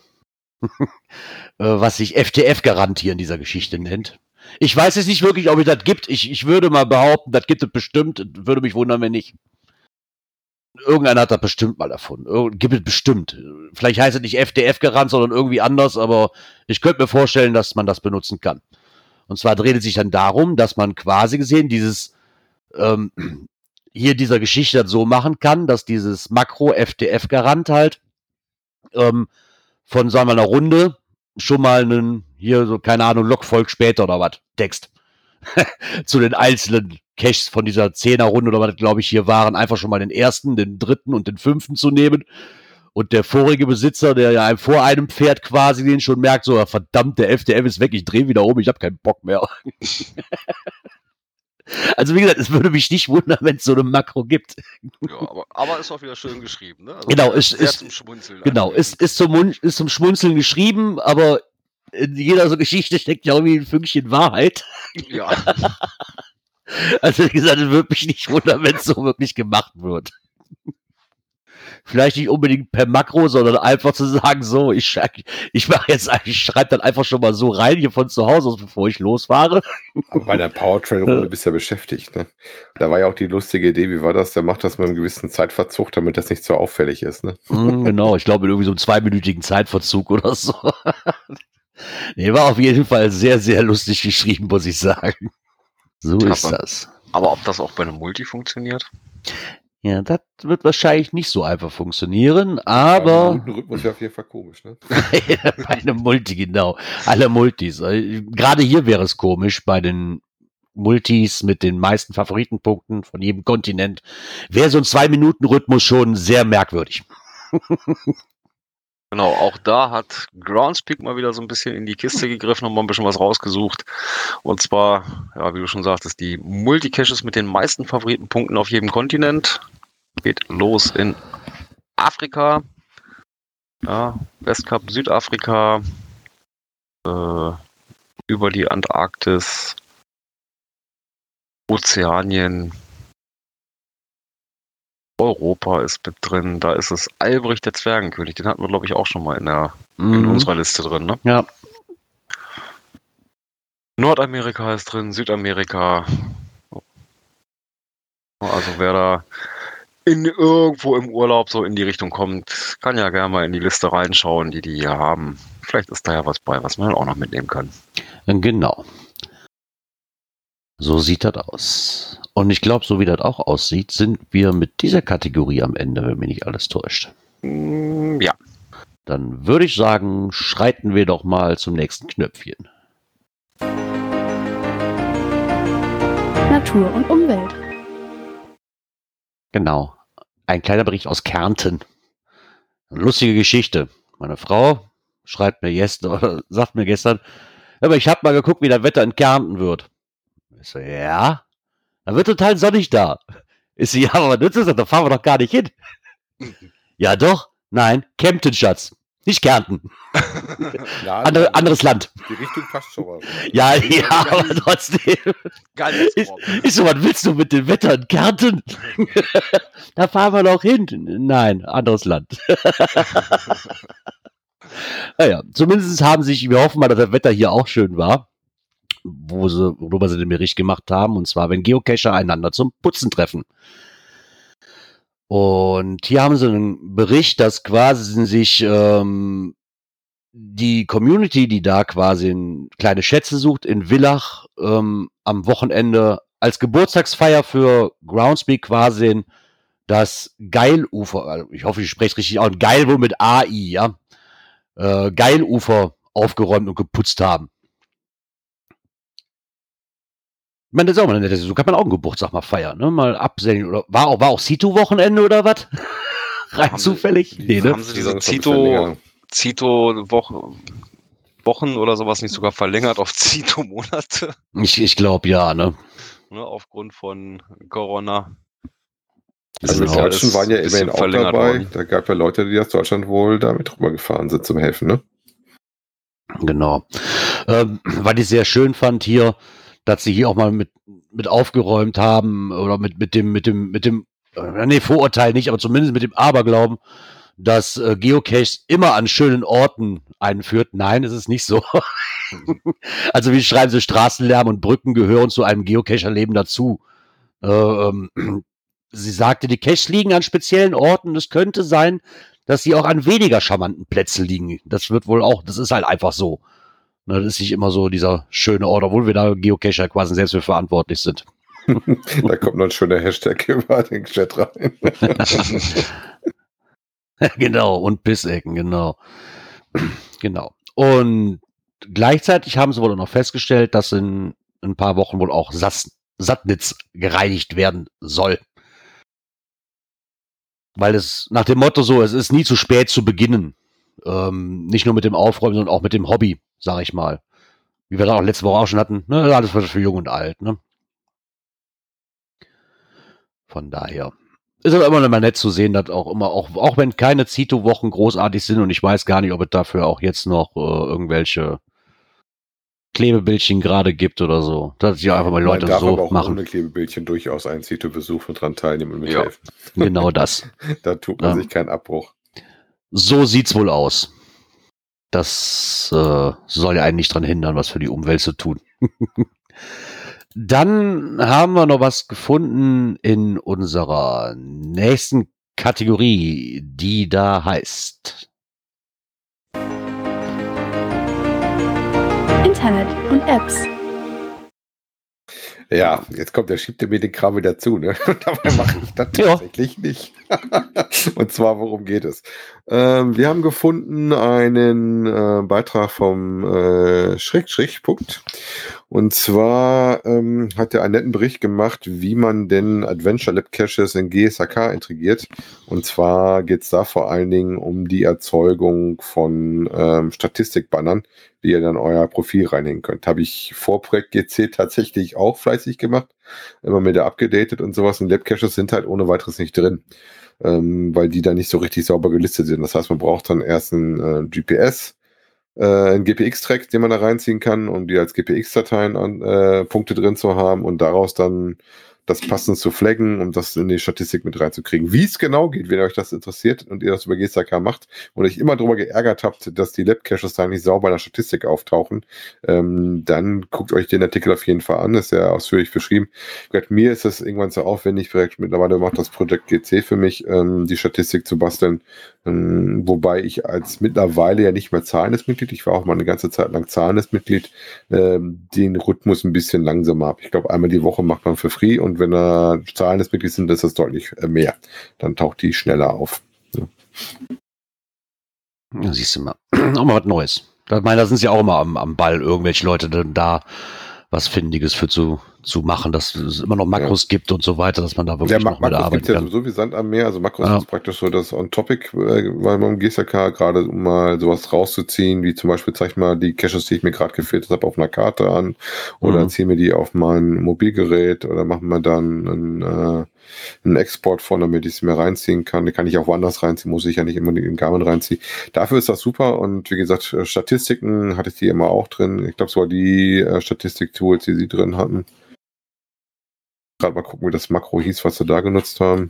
was sich F D F-Garantie in dieser Geschichte nennt. Ich weiß jetzt nicht wirklich, ob es das gibt. Ich, ich würde mal behaupten, das gibt es bestimmt. Würde mich wundern, wenn nicht. Irgendeiner hat das bestimmt mal erfunden. Irg- Gibt es bestimmt. Vielleicht heißt es nicht F D F-Garant, sondern irgendwie anders, aber ich könnte mir vorstellen, dass man das benutzen kann. Und zwar dreht es sich dann darum, dass man quasi gesehen dieses ähm, hier dieser Geschichte das so machen kann, dass dieses Makro F D F-Garant halt ähm, von, sagen wir, einer Runde schon mal einen, hier so, keine Ahnung, Log folgt später oder was, Text. zu den einzelnen Caches von dieser Zehner-Runde oder was, glaube ich, hier waren, einfach schon mal den ersten, den dritten und den fünften zu nehmen. Und der vorige Besitzer, der ja vor einem Pferd quasi den schon merkt, so, verdammt, der F D M ist weg, ich drehe wieder um, ich habe keinen Bock mehr. Also wie gesagt, es würde mich nicht wundern, wenn es so eine Makro gibt. Ja, aber, aber ist auch wieder schön geschrieben, ne? Also Genau, ist, sehr ist, zum Schmunzeln. genau ist, ist, zum Mun- ist zum Schmunzeln geschrieben, aber in jeder so Geschichte steckt ja irgendwie ein Fünkchen Wahrheit. Ja. Also wie gesagt, es würde mich nicht wundern, wenn es so wirklich gemacht wird. Vielleicht nicht unbedingt per Makro, sondern einfach zu sagen, so, ich, ich mache jetzt eigentlich, ich schreibe dann einfach schon mal so rein hier von zu Hause aus, bevor ich losfahre. Aber bei der Powertrail-Runde bist du ja beschäftigt, ne? Da war ja auch die lustige Idee, wie war das? Der macht das mit einem gewissen Zeitverzug, damit das nicht so auffällig ist, ne? Mm, genau, ich glaube in irgendwie so einem zweiminütigen Zeitverzug oder so. Nee, war auf jeden Fall sehr, sehr lustig geschrieben, muss ich sagen. So ist Aber- das. Aber ob das auch bei einem Multi funktioniert? Ja, das wird wahrscheinlich nicht so einfach funktionieren, Beim aber Minutenrhythmus wäre auf jeden Fall komisch, ne? bei einem Multi, genau. Alle Multis. Äh, Gerade hier wäre es komisch, bei den Multis mit den meisten Favoritenpunkten von jedem Kontinent wäre so ein Zwei-Minuten-Rhythmus schon sehr merkwürdig. Genau, auch da hat Groundspeak mal wieder so ein bisschen in die Kiste gegriffen und mal ein bisschen was rausgesucht. Und zwar, ja, wie du schon sagtest, die Multicaches mit den meisten Favoritenpunkten auf jedem Kontinent. Geht los in Afrika, ja, Westkap, Südafrika, äh, über die Antarktis, Ozeanien, Europa ist mit drin. Da ist es Albrecht der Zwergenkönig. Den hatten wir, glaube ich, auch schon mal in, der, in Mhm. unserer Liste drin. Ne? Ja, Nordamerika ist drin, Südamerika. Also wer da in irgendwo im Urlaub so in die Richtung kommt, kann ja gerne mal in die Liste reinschauen, die die hier haben. Vielleicht ist da ja was bei, was man auch noch mitnehmen kann. genau. So sieht das aus. Und ich glaube, so wie das auch aussieht, sind wir mit dieser Kategorie am Ende, wenn mich nicht alles täuscht. Mm, ja, Dann würde ich sagen, schreiten wir doch mal zum nächsten Knöpfchen. Natur und Umwelt. Genau. Ein kleiner Bericht aus Kärnten. Eine lustige Geschichte. Meine Frau schreibt mir gestern, oder sagt mir gestern, aber ich habe mal geguckt, wie das Wetter in Kärnten wird. Ich so, ja, da wird total sonnig da. Ich so, ja, aber nützt das, da fahren wir doch gar nicht hin. Ja doch, nein, Kempten, Schatz. Nicht Kärnten. Ja, Andere, anderes Land. Die Richtung passt schon mal. Ja, ja, aber trotzdem. Geiles Ich, Wort. ich so, was willst du mit dem Wetter in Kärnten? Da fahren wir doch hin. Nein, anderes Land. Naja, zumindest haben sich, wir hoffen mal, dass das Wetter hier auch schön war, wo sie, worüber sie den Bericht gemacht haben, und zwar, wenn Geocacher einander zum Putzen treffen. Und hier haben sie einen Bericht, dass quasi sich ähm, die Community, die da quasi in kleine Schätze sucht, in Villach ähm, am Wochenende als Geburtstagsfeier für Groundspeak quasi das Geilufer, also ich hoffe, ich spreche es richtig aus, Geil wohl mit A I, ja, äh, Geilufer aufgeräumt und geputzt haben. Ich meine, das ist auch mal nett, so kann man auch einen Geburtstag mal feiern, ne? Mal absenken. Oder war auch, war auch Situ-Wochenende oder was? Rein Haben sie- zufällig? Nee, ne? Haben sie diese Die Saison ist ein bisschen Zito, länger. Zito Woche, Wochen oder sowas nicht sogar verlängert auf Zito-Monate, Ich, ich glaube ja, ne? ne, aufgrund von Corona. Also Ist die ja Deutschen alles waren ja ein bisschen immerhin auch verlängert dabei. worden. Da gab ja Leute, die aus Deutschland wohl damit rübergefahren sind zum Helfen, ne? Genau. Ähm, was ich sehr schön fand hier, dass sie hier auch mal mit, mit aufgeräumt haben oder mit, mit dem, mit dem, mit dem, äh, nee, Vorurteil nicht, aber zumindest mit dem Aberglauben, dass äh, Geocaches immer an schönen Orten einführt. Nein, es ist nicht so. Also wie schreiben sie, Straßenlärm und Brücken gehören zu einem Geocacher-Leben dazu. Äh, ähm, sie sagte, die Caches liegen an speziellen Orten. Es könnte sein, dass sie auch an weniger charmanten Plätzen liegen. Das wird wohl auch, das ist halt einfach so. Ne, das ist nicht immer so dieser schöne Ort, obwohl wir da Geocacher quasi selbst für verantwortlich sind. Da kommt noch ein schöner Hashtag über den Chat rein. Genau, und Pissecken, genau. Genau. Und gleichzeitig haben sie wohl auch noch festgestellt, dass in ein paar Wochen wohl auch Sass, Sattnitz gereinigt werden soll. Weil es nach dem Motto so, es ist nie zu spät zu beginnen. Ähm, nicht nur mit dem Aufräumen, sondern auch mit dem Hobby, sag ich mal. Wie wir da auch letzte Woche auch schon hatten, ne, alles für jung und alt, ne? Von daher ist aber immer noch mal nett zu sehen, dass auch immer, auch, auch wenn keine Zito-Wochen großartig sind und ich weiß gar nicht, ob es dafür auch jetzt noch äh, irgendwelche Klebebildchen gerade gibt oder so, dass sich einfach mal Leute Man darf so aber auch machen. ohne Klebebildchen durchaus einen Zito-Besuch und dran teilnehmen und Ja. mithelfen. Genau das. Da tut man Ja. sich keinen Abbruch. So sieht's wohl aus. Das äh, soll ja einen nicht dran hindern, was für die Umwelt zu tun. Dann haben wir noch was gefunden in unserer nächsten Kategorie, die da heißt Internet und Apps. Ja, jetzt kommt der schiebt der mir den Kram wieder zu, ne? Und dabei mache ich das Ja. tatsächlich nicht. Und zwar, worum geht es? Ähm, wir haben gefunden einen äh, Beitrag vom äh, Schräg, Schräg, Punkt. Und zwar ähm, hat er einen netten Bericht gemacht, wie man denn Adventure Lab Caches in G S A K integriert. Und zwar geht es da vor allen Dingen um die Erzeugung von ähm, Statistikbannern, die ihr dann euer Profil reinhängen könnt. Habe ich vor Projekt G C tatsächlich auch fleißig gemacht, immer mit der abgedatet und sowas. Und Lab-Caches sind halt ohne weiteres nicht drin, ähm, weil die da nicht so richtig sauber gelistet sind. Das heißt, man braucht dann erst ein äh, G P S, äh, einen G P X-Track, den man da reinziehen kann, um die als G P X-Dateien an äh, Punkte drin zu haben und daraus dann das passend zu flaggen, um das in die Statistik mit reinzukriegen. Wie es genau geht, wenn euch das interessiert und ihr das über G S A K macht und euch immer darüber geärgert habt, dass die Lab-Caches da nicht sauber in der Statistik auftauchen, ähm, dann guckt euch den Artikel auf jeden Fall an, ist sehr ausführlich beschrieben. Vielleicht mir ist es irgendwann so aufwendig, vielleicht mittlerweile macht das Projekt G C für mich, ähm, die Statistik zu basteln, ähm, wobei ich als mittlerweile ja nicht mehr zahlendes Mitglied, ich war auch mal eine ganze Zeit lang zahlendes Mitglied, ähm, den Rhythmus ein bisschen langsamer habe. Ich glaube, einmal die Woche macht man für free und wenn da zahlendes Mitglied sind, ist das deutlich mehr. Dann taucht die schneller auf. Ja. Ja, siehst du mal. Auch mal was Neues. Ich meine, da sind sie auch immer am, am Ball, irgendwelche Leute dann da was Findiges für zu, zu machen, dass es immer noch Makros ja. gibt und so weiter, dass man da wirklich ja, noch mit Makros arbeiten gibt ja kann. sowieso wie Sand am Meer. Also Makros Ja. ist praktisch so das On-Topic, äh, weil man im G S A K gerade um mal sowas rauszuziehen, wie zum Beispiel, zeig ich mal die Caches, die ich mir gerade gefiltert habe, auf einer Karte an oder Mhm. ziehe mir die auf mein Mobilgerät oder machen wir dann einen, äh, einen Export von, damit ich es mir reinziehen kann. Den kann ich auch woanders reinziehen, muss ich ja nicht immer in Garmin reinziehen. Dafür ist das super und wie gesagt, Statistiken hatte ich die immer auch drin. Ich glaube, es war die äh, Statistik-Tools, die sie drin hatten. Gerade mal gucken, wie das Makro hieß, was sie da genutzt haben.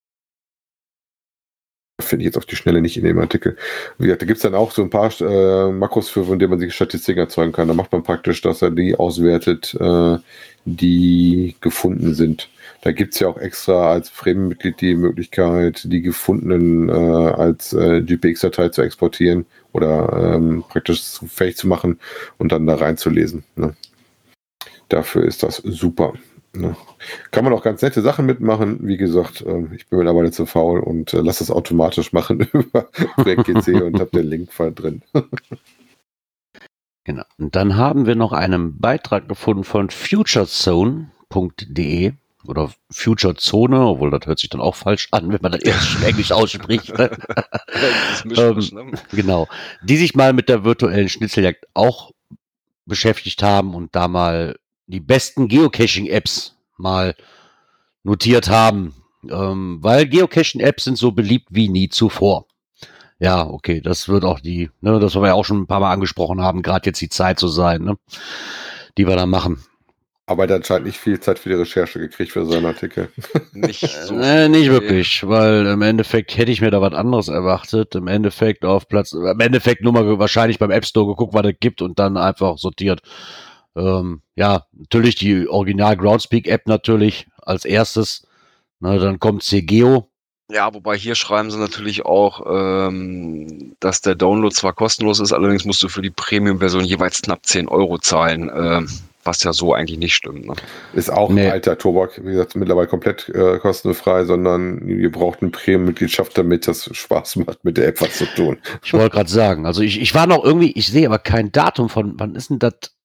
Finde ich jetzt auf die Schnelle nicht in dem Artikel. Wie gesagt, da gibt es dann auch so ein paar äh, Makros für, von denen man sich Statistiken erzeugen kann. Da macht man praktisch, dass er die auswertet, äh, die gefunden sind. Da gibt es ja auch extra als Premium-Mitglied die Möglichkeit, die gefundenen äh, als äh, G P X-Datei zu exportieren oder ähm, praktisch fähig zu machen und dann da reinzulesen. Ne? Dafür ist das super. Ne? Kann man auch ganz nette Sachen mitmachen. Wie gesagt, äh, ich bin mittlerweile zu faul und äh, lasse das automatisch machen über Projekt G C und habe den Link voll drin. Genau. Und dann haben wir noch einen Beitrag gefunden von futurezone punkt de oder Futurezone, obwohl das hört sich dann auch falsch an, wenn man das erst schon Englisch ausspricht. Ne? Das Mischmasch, ne? Genau. Die sich mal mit der virtuellen Schnitzeljagd auch beschäftigt haben und da mal die besten Geocaching-Apps mal notiert haben. Ähm, weil Geocaching-Apps sind so beliebt wie nie zuvor. Ja, okay, das wird auch die, ne, das wir ja auch schon ein paar Mal angesprochen haben, gerade jetzt die Zeit zu sein, ne, die wir da machen. Aber er hat anscheinend nicht viel Zeit für die Recherche gekriegt für seinen Artikel. Nicht so. Äh, nicht wirklich, weil im Endeffekt hätte ich mir da was anderes erwartet. Im Endeffekt auf Platz, im Endeffekt nur mal wahrscheinlich beim App Store geguckt, was es gibt und dann einfach sortiert. Ähm, ja, natürlich die Original Groundspeak App natürlich als erstes. Ne, dann kommt C Geo. Ja, wobei hier schreiben sie natürlich auch, ähm, dass der Download zwar kostenlos ist, allerdings musst du für die Premium-Version jeweils knapp zehn Euro zahlen, ähm, was ja so eigentlich nicht stimmt. Ne? Ist auch Nee. ein alter Tobak, wie gesagt, mittlerweile komplett äh, kostenfrei, sondern ihr braucht eine Premium-Mitgliedschaft, damit das Spaß macht, mit der App was zu tun. Ich wollte gerade sagen, also ich, ich war noch irgendwie, ich sehe aber kein Datum von, wann ist denn das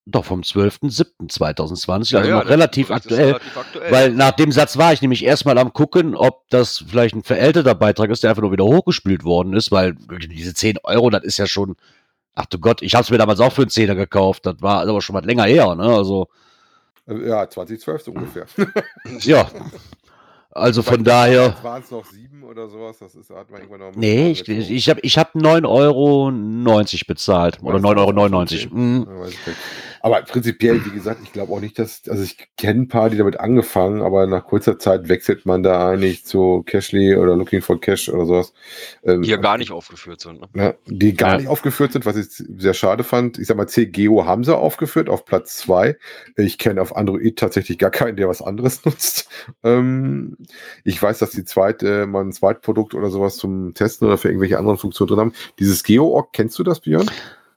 Doch, vom zwölften siebten zweitausendzwanzig, also Ja, ja, noch der relativ Bericht ist aktuell. relativ aktuell. Weil nach dem Satz war ich nämlich erstmal am gucken, ob das vielleicht ein verälteter Beitrag ist, der einfach nur wieder hochgespült worden ist, weil diese zehn Euro, das ist ja schon, ach du Gott, ich habe es mir damals auch für einen Zehner gekauft, das war aber schon was länger her, ne? Also, Ja, zwanzig zwölf so ungefähr. ja. Also von daher. Waren es noch sieben oder sowas? Das ist, hat man irgendwann noch. Nee, ich, ich, ich habe ich hab neun Euro neunzig bezahlt. Oder neun Euro neunundneunzig. Mhm. Aber prinzipiell, wie gesagt, ich glaube auch nicht, dass, also ich kenne ein paar, die damit angefangen, aber nach kurzer Zeit wechselt man da eigentlich zu Cashly oder Looking for Cash oder sowas. Ähm, die ja gar nicht aufgeführt sind. Ne? Ja, die gar Ja. nicht aufgeführt sind, was ich sehr schade fand. Ich sag mal, C G O haben sie aufgeführt auf Platz zwei. Ich kenne auf Android tatsächlich gar keinen, der was anderes nutzt. Ähm, ich weiß, dass die zweite, mal ein Zweitprodukt oder sowas zum Testen oder für irgendwelche anderen Funktionen drin haben. Dieses GeoOrg, kennst du das, Björn?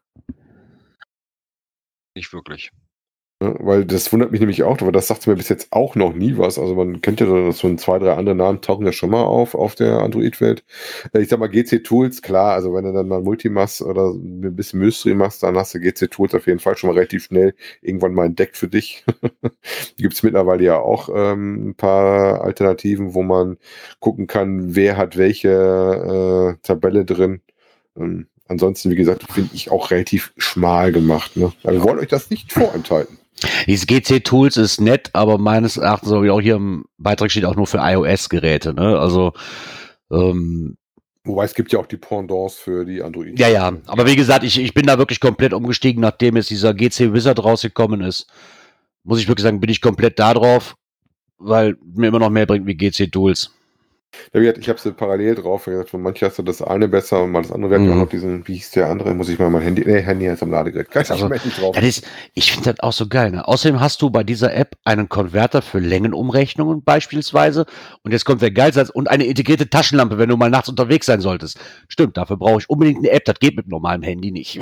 Nicht wirklich. Ja, weil das wundert mich nämlich auch, aber das sagt mir bis jetzt auch noch nie was. Also man kennt ja so, so ein, zwei, drei andere Namen tauchen ja schon mal auf auf der Android-Welt. Äh, Ich sag mal G C Tools, klar, also wenn du dann mal Multimass oder ein bisschen Mystery machst, dann hast du G C Tools auf jeden Fall schon mal relativ schnell irgendwann mal entdeckt für dich. Gibt es mittlerweile ja auch ähm, ein paar Alternativen, wo man gucken kann, wer hat welche äh, Tabelle drin. Ähm, ansonsten, wie gesagt, finde ich auch relativ schmal gemacht. Ne? Aber wir wollen euch das nicht vorenthalten. Dieses G C Tools ist nett, aber meines Erachtens, so wie auch hier im Beitrag steht, auch nur für iOS-Geräte. Ne? Also, ähm, Wobei es gibt ja auch die Pendants für die Android. ja, ja. Aber wie gesagt, ich, ich bin da wirklich komplett umgestiegen, nachdem jetzt dieser G C Wizard rausgekommen ist. Muss ich wirklich sagen, bin ich komplett da drauf, weil mir immer noch mehr bringt wie G C Tools. Ja, wie gesagt, ich habe sie parallel drauf. Wie gesagt, von manchen hast du das eine besser und mal das andere. Wir hatten Mhm. auch noch diesen, wie hieß der andere? Muss ich mal mein Handy, nee, Handy ist am Ladegerät. Kann ich Also, nicht drauf. Das ist, ich finde das auch so geil. Ne? Außerdem hast du bei dieser App einen Konverter für Längenumrechnungen beispielsweise. Und jetzt kommt der Geilsatz und eine integrierte Taschenlampe, wenn du mal nachts unterwegs sein solltest. Stimmt, dafür brauche ich unbedingt eine App. Das geht mit normalem Handy nicht.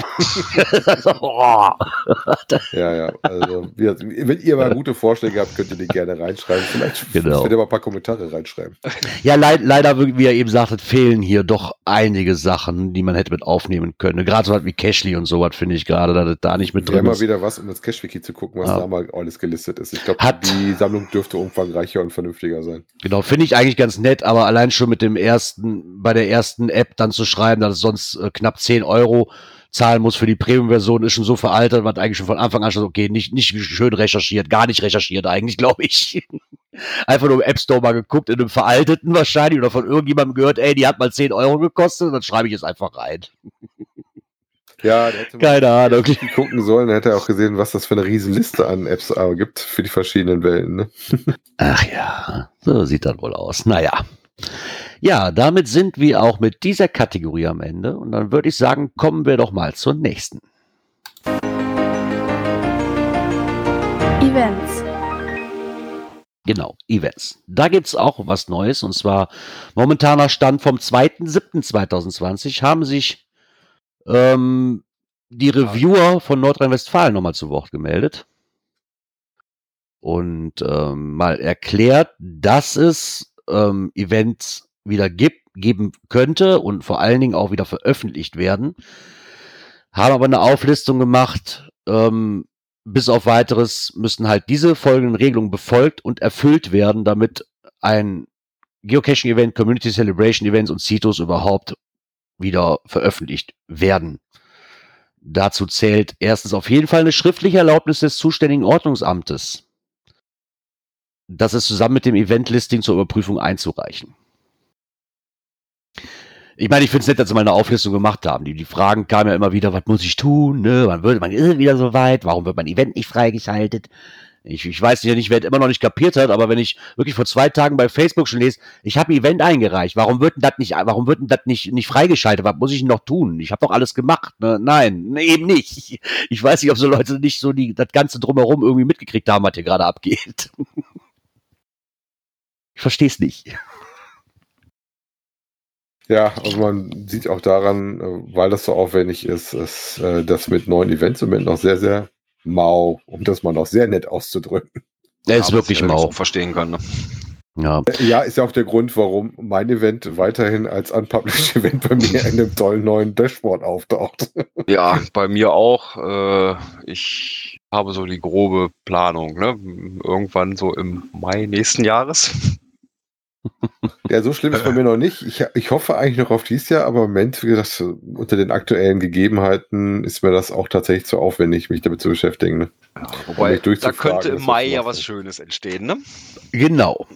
Oh. Ja, ja. Also, wie gesagt, wenn ihr mal gute Vorschläge habt, könnt ihr die gerne reinschreiben. Vielleicht Genau. könnt ihr mal ein paar Kommentare reinschreiben. Ja, leid, leider, wie er eben sagte, fehlen hier doch einige Sachen, die man hätte mit aufnehmen können. Gerade so was wie Cashly und sowas finde ich gerade, dass das da nicht mit Wäre drin mal ist. wieder was, um das Cash-Wiki zu gucken, was Ja. da mal alles gelistet ist. Ich glaube, Hat- die Sammlung dürfte umfangreicher und vernünftiger sein. Genau, finde ich eigentlich ganz nett, aber allein schon mit dem ersten, bei der ersten App dann zu schreiben, dass es sonst äh, knapp zehn Euro zahlen muss für die Premium-Version, ist schon so veraltet, was eigentlich schon von Anfang an schon, okay, nicht, nicht schön recherchiert, gar nicht recherchiert eigentlich, glaube ich. Einfach nur im App Store mal geguckt, in einem veralteten wahrscheinlich, oder von irgendjemandem gehört, ey, die hat mal zehn Euro gekostet, und dann schreibe ich es einfach rein. Ja, der hätte mal Keine Ahnung. Cash-Wiki gucken sollen, dann hätte er auch gesehen, was das für eine Riesenliste an Apps äh, gibt für die verschiedenen Welten. Ne? Ach ja, so sieht das wohl aus. Naja. Ja, damit sind wir auch mit dieser Kategorie am Ende. Und dann würde ich sagen, kommen wir doch mal zur nächsten. Events. Genau, Events. Da gibt's auch was Neues. Und zwar momentaner Stand vom zweiten siebten zweitausendzwanzig haben sich ähm, die Reviewer von Nordrhein-Westfalen nochmal zu Wort gemeldet. Und ähm, mal erklärt, dass es ähm, Events wieder gibt, geben könnte und vor allen Dingen auch wieder veröffentlicht werden. Haben aber eine Auflistung gemacht, ähm, bis auf weiteres müssen halt diese folgenden Regelungen befolgt und erfüllt werden, damit ein Geocaching-Event, Community Celebration Events und C I T Os überhaupt wieder veröffentlicht werden. Dazu zählt erstens auf jeden Fall eine schriftliche Erlaubnis des zuständigen Ordnungsamtes. Das ist zusammen mit dem Event-Listing zur Überprüfung einzureichen. Ich meine, ich finde es nett, dass sie mal eine Auflistung gemacht haben. Die, die Fragen kamen ja immer wieder, was muss ich tun? Ne? Wann wird man ist wieder so weit? Warum wird mein Event nicht freigeschaltet? Ich, ich weiß ja nicht, wer es immer noch nicht kapiert hat, aber wenn ich wirklich vor zwei Tagen bei Facebook schon lese, ich habe ein Event eingereicht, warum wird denn das nicht, warum wird denn das nicht, nicht freigeschaltet? Was muss ich denn noch tun? Ich habe doch alles gemacht. Ne? Nein, ne, eben nicht. Ich weiß nicht, ob so Leute nicht so die, das Ganze drumherum irgendwie mitgekriegt haben, was hier gerade abgeht. Ich verstehe es nicht. Ja, also man sieht auch daran, äh, weil das so aufwendig ist, ist äh, das mit neuen Events im Moment noch sehr, sehr mau, um das mal noch sehr nett auszudrücken. Er ist Aber wirklich was ich mau. auch verstehen kann. Ne? Ja. Äh, Ja, ist ja auch der Grund, warum mein Event weiterhin als unpublished Event bei mir in einem tollen neuen Dashboard auftaucht. Ja, bei mir auch. Äh, ich habe so die grobe Planung, ne? Irgendwann so im Mai nächsten Jahres. Ja, so schlimm ist bei mir noch nicht. Ich, ich hoffe eigentlich noch auf dieses Jahr, aber im Moment, wie gesagt, unter den aktuellen Gegebenheiten ist mir das auch tatsächlich zu aufwendig, mich damit zu beschäftigen. Ne? Ja, wobei, um da könnte im Mai ja was machen. Schönes entstehen, ne? Genau.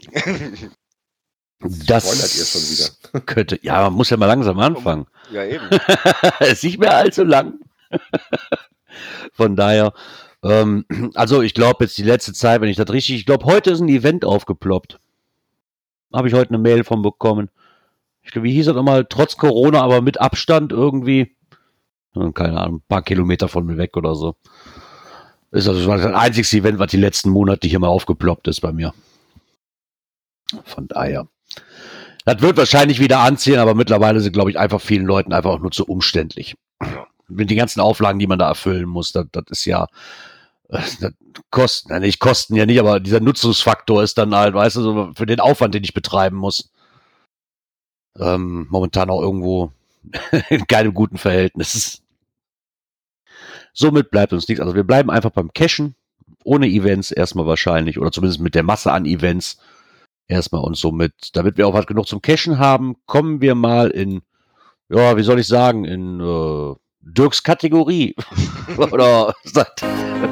Das spoilert ihr schon wieder. Könnte, ja, man muss ja mal langsam anfangen. Ja, eben. Ist nicht mehr allzu lang. Von daher, ähm, also ich glaube jetzt die letzte Zeit, wenn ich das richtig, ich glaube heute ist ein Event aufgeploppt. Habe ich heute eine Mail von bekommen. Ich glaube, wie hieß das nochmal? Trotz Corona, aber mit Abstand irgendwie. Keine Ahnung, ein paar Kilometer von mir weg oder so. Ist also das einzigste Event, was die letzten Monate hier mal aufgeploppt ist bei mir. Von daher. Das wird wahrscheinlich wieder anziehen, aber mittlerweile sind, glaube ich, einfach vielen Leuten einfach auch nur zu umständlich. Mit den ganzen Auflagen, die man da erfüllen muss, das, das ist ja, das Kosten, ja nicht Kosten ja nicht, aber dieser Nutzungsfaktor ist dann halt, weißt du, so für den Aufwand, den ich betreiben muss, ähm, momentan auch irgendwo in keinem guten Verhältnis. Somit bleibt uns nichts. Also wir bleiben einfach beim Cashen, ohne Events erstmal wahrscheinlich, oder zumindest mit der Masse an Events erstmal und somit, damit wir auch was genug zum Cashen haben, kommen wir mal in, ja, wie soll ich sagen, in äh, Dirks Kategorie. Oder sagt.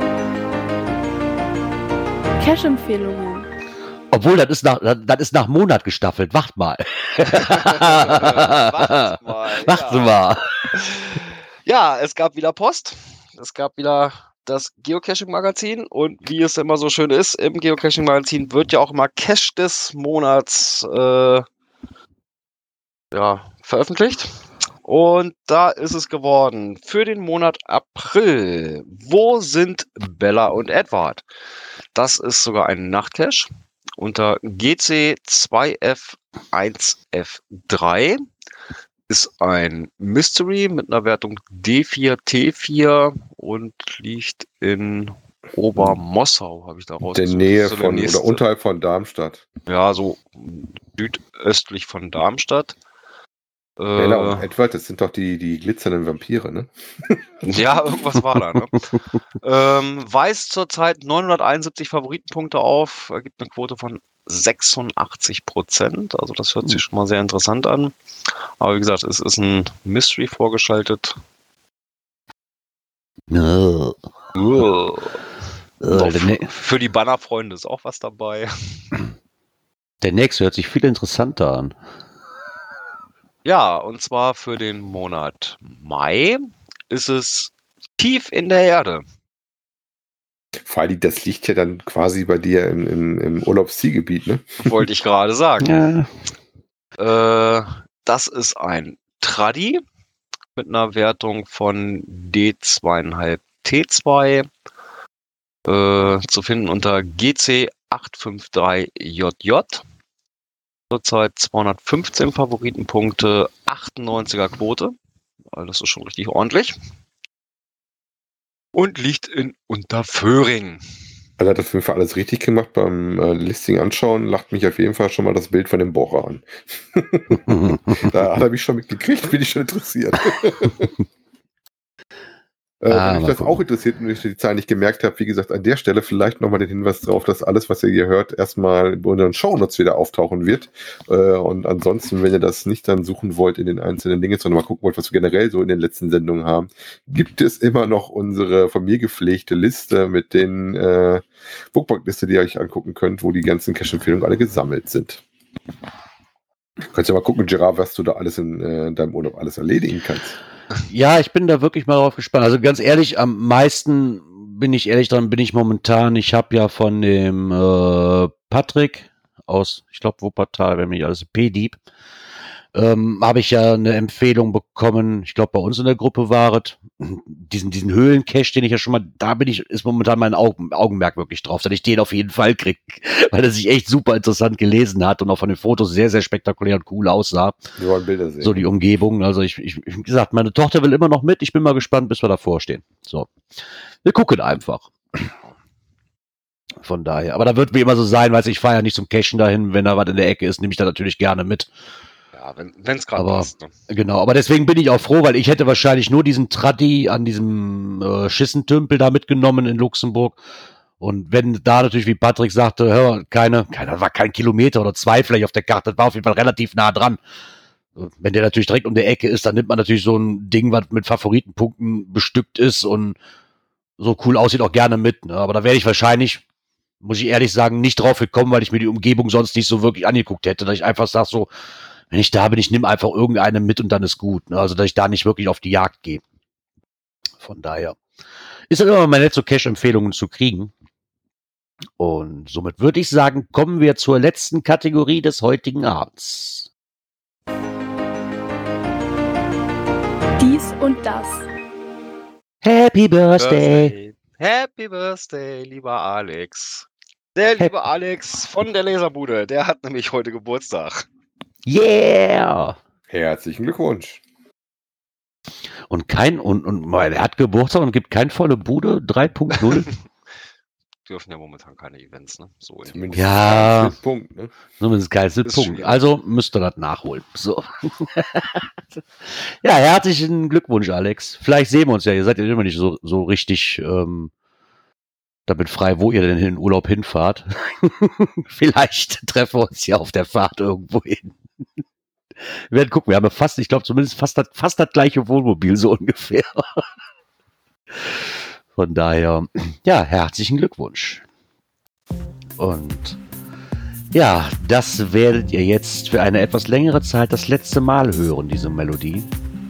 Cash-Empfehlungen. Obwohl, das ist nach, das ist nach Monat gestaffelt. Wacht mal. Wacht mal. Wacht ja. mal. Ja, es gab wieder Post. Es gab wieder das Geocaching-Magazin. Und wie es immer so schön ist, im Geocaching-Magazin wird ja auch immer Cache des Monats äh, ja, veröffentlicht. Und da ist es geworden für den Monat April. Wo sind Bella und Edward? Das ist sogar ein Nachtcache unter G C zwei F eins F drei. Ist ein Mystery mit einer Wertung D vier T vier und liegt in Obermossau, habe ich daraus. In der Nähe von oder unterhalb von Darmstadt. Ja, so südöstlich von Darmstadt. Bella und Edward, das sind doch die, die glitzernden Vampire, ne? Ja, irgendwas war da, ne? ähm, weist zurzeit neunhunderteinundsiebzig Favoritenpunkte auf, ergibt eine Quote von sechsundachtzig Prozent, also das hört sich schon mal sehr interessant an. Aber wie gesagt, es ist ein Mystery vorgeschaltet. Oh. Uh. Oh, der, ne- für die Bannerfreunde ist auch was dabei. der nächste hört sich viel interessanter an. Ja, und zwar für den Monat Mai ist es tief in der Erde. Vor allem, das liegt ja dann quasi bei dir im, im, im Urlaubszielgebiet, ne? Wollte ich gerade sagen. Ja. Äh, das ist ein Tradi mit einer Wertung von D zwei Komma fünf T zwei. Äh, zu finden unter G C acht fünf drei J J. Zurzeit zweihundertfünfzehn Favoritenpunkte, achtundneunziger Quote. Also das ist schon richtig ordentlich. Und liegt in Unterföhring. Also hat auf jeden Fall alles richtig gemacht beim äh, Listing anschauen. Lacht mich auf jeden Fall schon mal das Bild von dem Bohrer an. Da hat er mich schon mitgekriegt, bin ich schon interessiert. Äh, Ah, wenn euch das auch interessiert und ich die Zahl nicht gemerkt habe, wie gesagt, an der Stelle vielleicht nochmal den Hinweis drauf, dass alles, was ihr hier hört, erstmal in unseren Shownotes wieder auftauchen wird. Äh, und ansonsten, wenn ihr das nicht dann suchen wollt in den einzelnen Dingen, sondern mal gucken wollt, was wir generell so in den letzten Sendungen haben, gibt es immer noch unsere von mir gepflegte Liste mit den äh, Bookmark-Liste, die ihr euch angucken könnt, wo die ganzen Cache-Empfehlungen alle gesammelt sind. Kannst ja mal gucken, Gerard, was du da alles in äh, deinem Urlaub alles erledigen kannst. Ja, ich bin da wirklich mal drauf gespannt. Also ganz ehrlich, am meisten bin ich ehrlich dran, bin ich momentan. Ich habe ja von dem äh, Patrick aus, ich glaube Wuppertal, wenn mich alles P-Dieb, ähm, habe ich ja eine Empfehlung bekommen. Ich glaube, bei uns in der Gruppe war es diesen diesen Höhlencache, den ich ja schon mal, da bin ich, ist momentan mein Augen, Augenmerk wirklich drauf, dass ich den auf jeden Fall kriege, weil er sich echt super interessant gelesen hat und auch von den Fotos sehr, sehr spektakulär und cool aussah. Wir wollen Bilder sehen. So die Umgebung. Also ich, ich, wie gesagt, meine Tochter will immer noch mit. Ich bin mal gespannt, bis wir davor stehen. So, wir gucken einfach. Von daher. Aber da wird wie immer so sein, weil ich fahre ja nicht zum Cashen dahin. Wenn da was in der Ecke ist, nehme ich da natürlich gerne mit. Ja, Ja, wenn es gerade Aber passt. Ne? genau, aber deswegen bin ich auch froh, weil ich hätte wahrscheinlich nur diesen Traddy an diesem äh, Schissentümpel da mitgenommen in Luxemburg. Und wenn da natürlich, wie Patrick sagte, hör, keine, keine, war kein Kilometer oder zwei vielleicht auf der Karte, das war auf jeden Fall relativ nah dran. Wenn der natürlich direkt um die Ecke ist, dann nimmt man natürlich so ein Ding, was mit Favoritenpunkten bestückt ist und so cool aussieht, auch gerne mit. Ne? Aber da werde ich wahrscheinlich, muss ich ehrlich sagen, nicht drauf gekommen, weil ich mir die Umgebung sonst nicht so wirklich angeguckt hätte, dass ich einfach sage so, wenn ich da bin, ich nehme einfach irgendeine mit und dann ist gut. Ne? Also, dass ich da nicht wirklich auf die Jagd gehe. Von daher ist dann immer mal nett, so Cash-Empfehlungen zu kriegen. Und somit würde ich sagen, kommen wir zur letzten Kategorie des heutigen Abends. Dies und das. Happy Birthday! Happy Birthday, lieber Alex. Der Happy- liebe Alex von der Laserbude, der hat nämlich heute Geburtstag. Yeah! Herzlichen Glückwunsch. Und kein, und, und er hat Geburtstag und gibt kein volle Bude drei Punkt null. Dürfen ja momentan keine Events, ne? So in Zumindest Ja. kein Punkt, ne? Zumindest geilste Ist Punkt. schwierig. Also müsst ihr das nachholen. So. Ja, herzlichen Glückwunsch, Alex. Vielleicht sehen wir uns ja. Ihr seid ja immer nicht so, so richtig ähm, damit frei, wo ihr denn in den Urlaub hinfahrt. Vielleicht treffen wir uns ja auf der Fahrt irgendwo hin. Wir werden gucken. Wir haben ja fast, ich glaube zumindest fast das, fast das gleiche Wohnmobil, so ungefähr. Von daher, ja, herzlichen Glückwunsch. Und ja, das werdet ihr jetzt für eine etwas längere Zeit das letzte Mal hören, diese Melodie.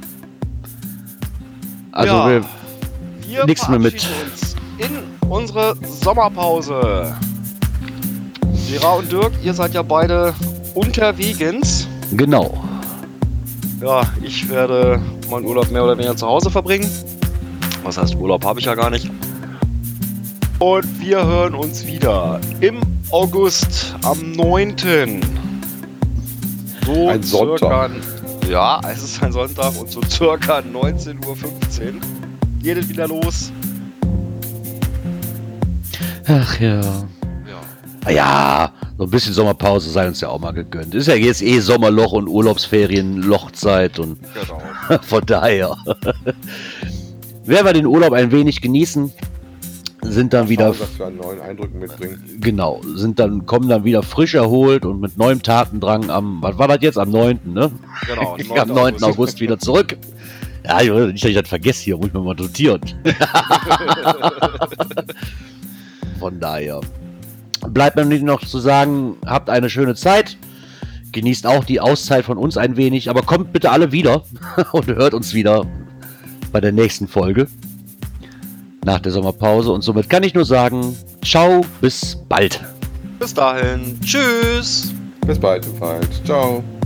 Also Ja, wir, wir nix mehr mit. verabschieden uns in unsere Sommerpause. Vera und Dirk, ihr seid ja beide unterwegs. genau. Ja, ich werde meinen Urlaub mehr oder weniger zu Hause verbringen. Was heißt, Urlaub habe ich ja gar nicht. Und wir hören uns wieder im August am neunten So Ein Sonntag. circa, ja, es ist ein Sonntag und so circa neunzehn Uhr fünfzehn geht es wieder los. Ach ja. Ja. Ah ja, so ein bisschen Sommerpause sei uns ja auch mal gegönnt. Ist ja jetzt eh Sommerloch und Urlaubsferien, Lochzeit und Genau. von daher werden wir den Urlaub ein wenig genießen, sind dann wieder, Schauen, was wir an neuen Eindrücken mitbringen. genau, sind dann, kommen dann wieder frisch erholt und mit neuem Tatendrang am, was war das jetzt, am neunten, ne? Genau, Am neunten August wieder zurück. Ja, ich will nicht, dass ich das vergesse hier, muss ich mir mal notieren. Von daher bleibt mir nicht noch zu sagen, habt eine schöne Zeit, genießt auch die Auszeit von uns ein wenig, aber kommt bitte alle wieder und hört uns wieder bei der nächsten Folge nach der Sommerpause und somit kann ich nur sagen, ciao, bis bald. Bis dahin. Tschüss. Bis bald, bald. Ciao.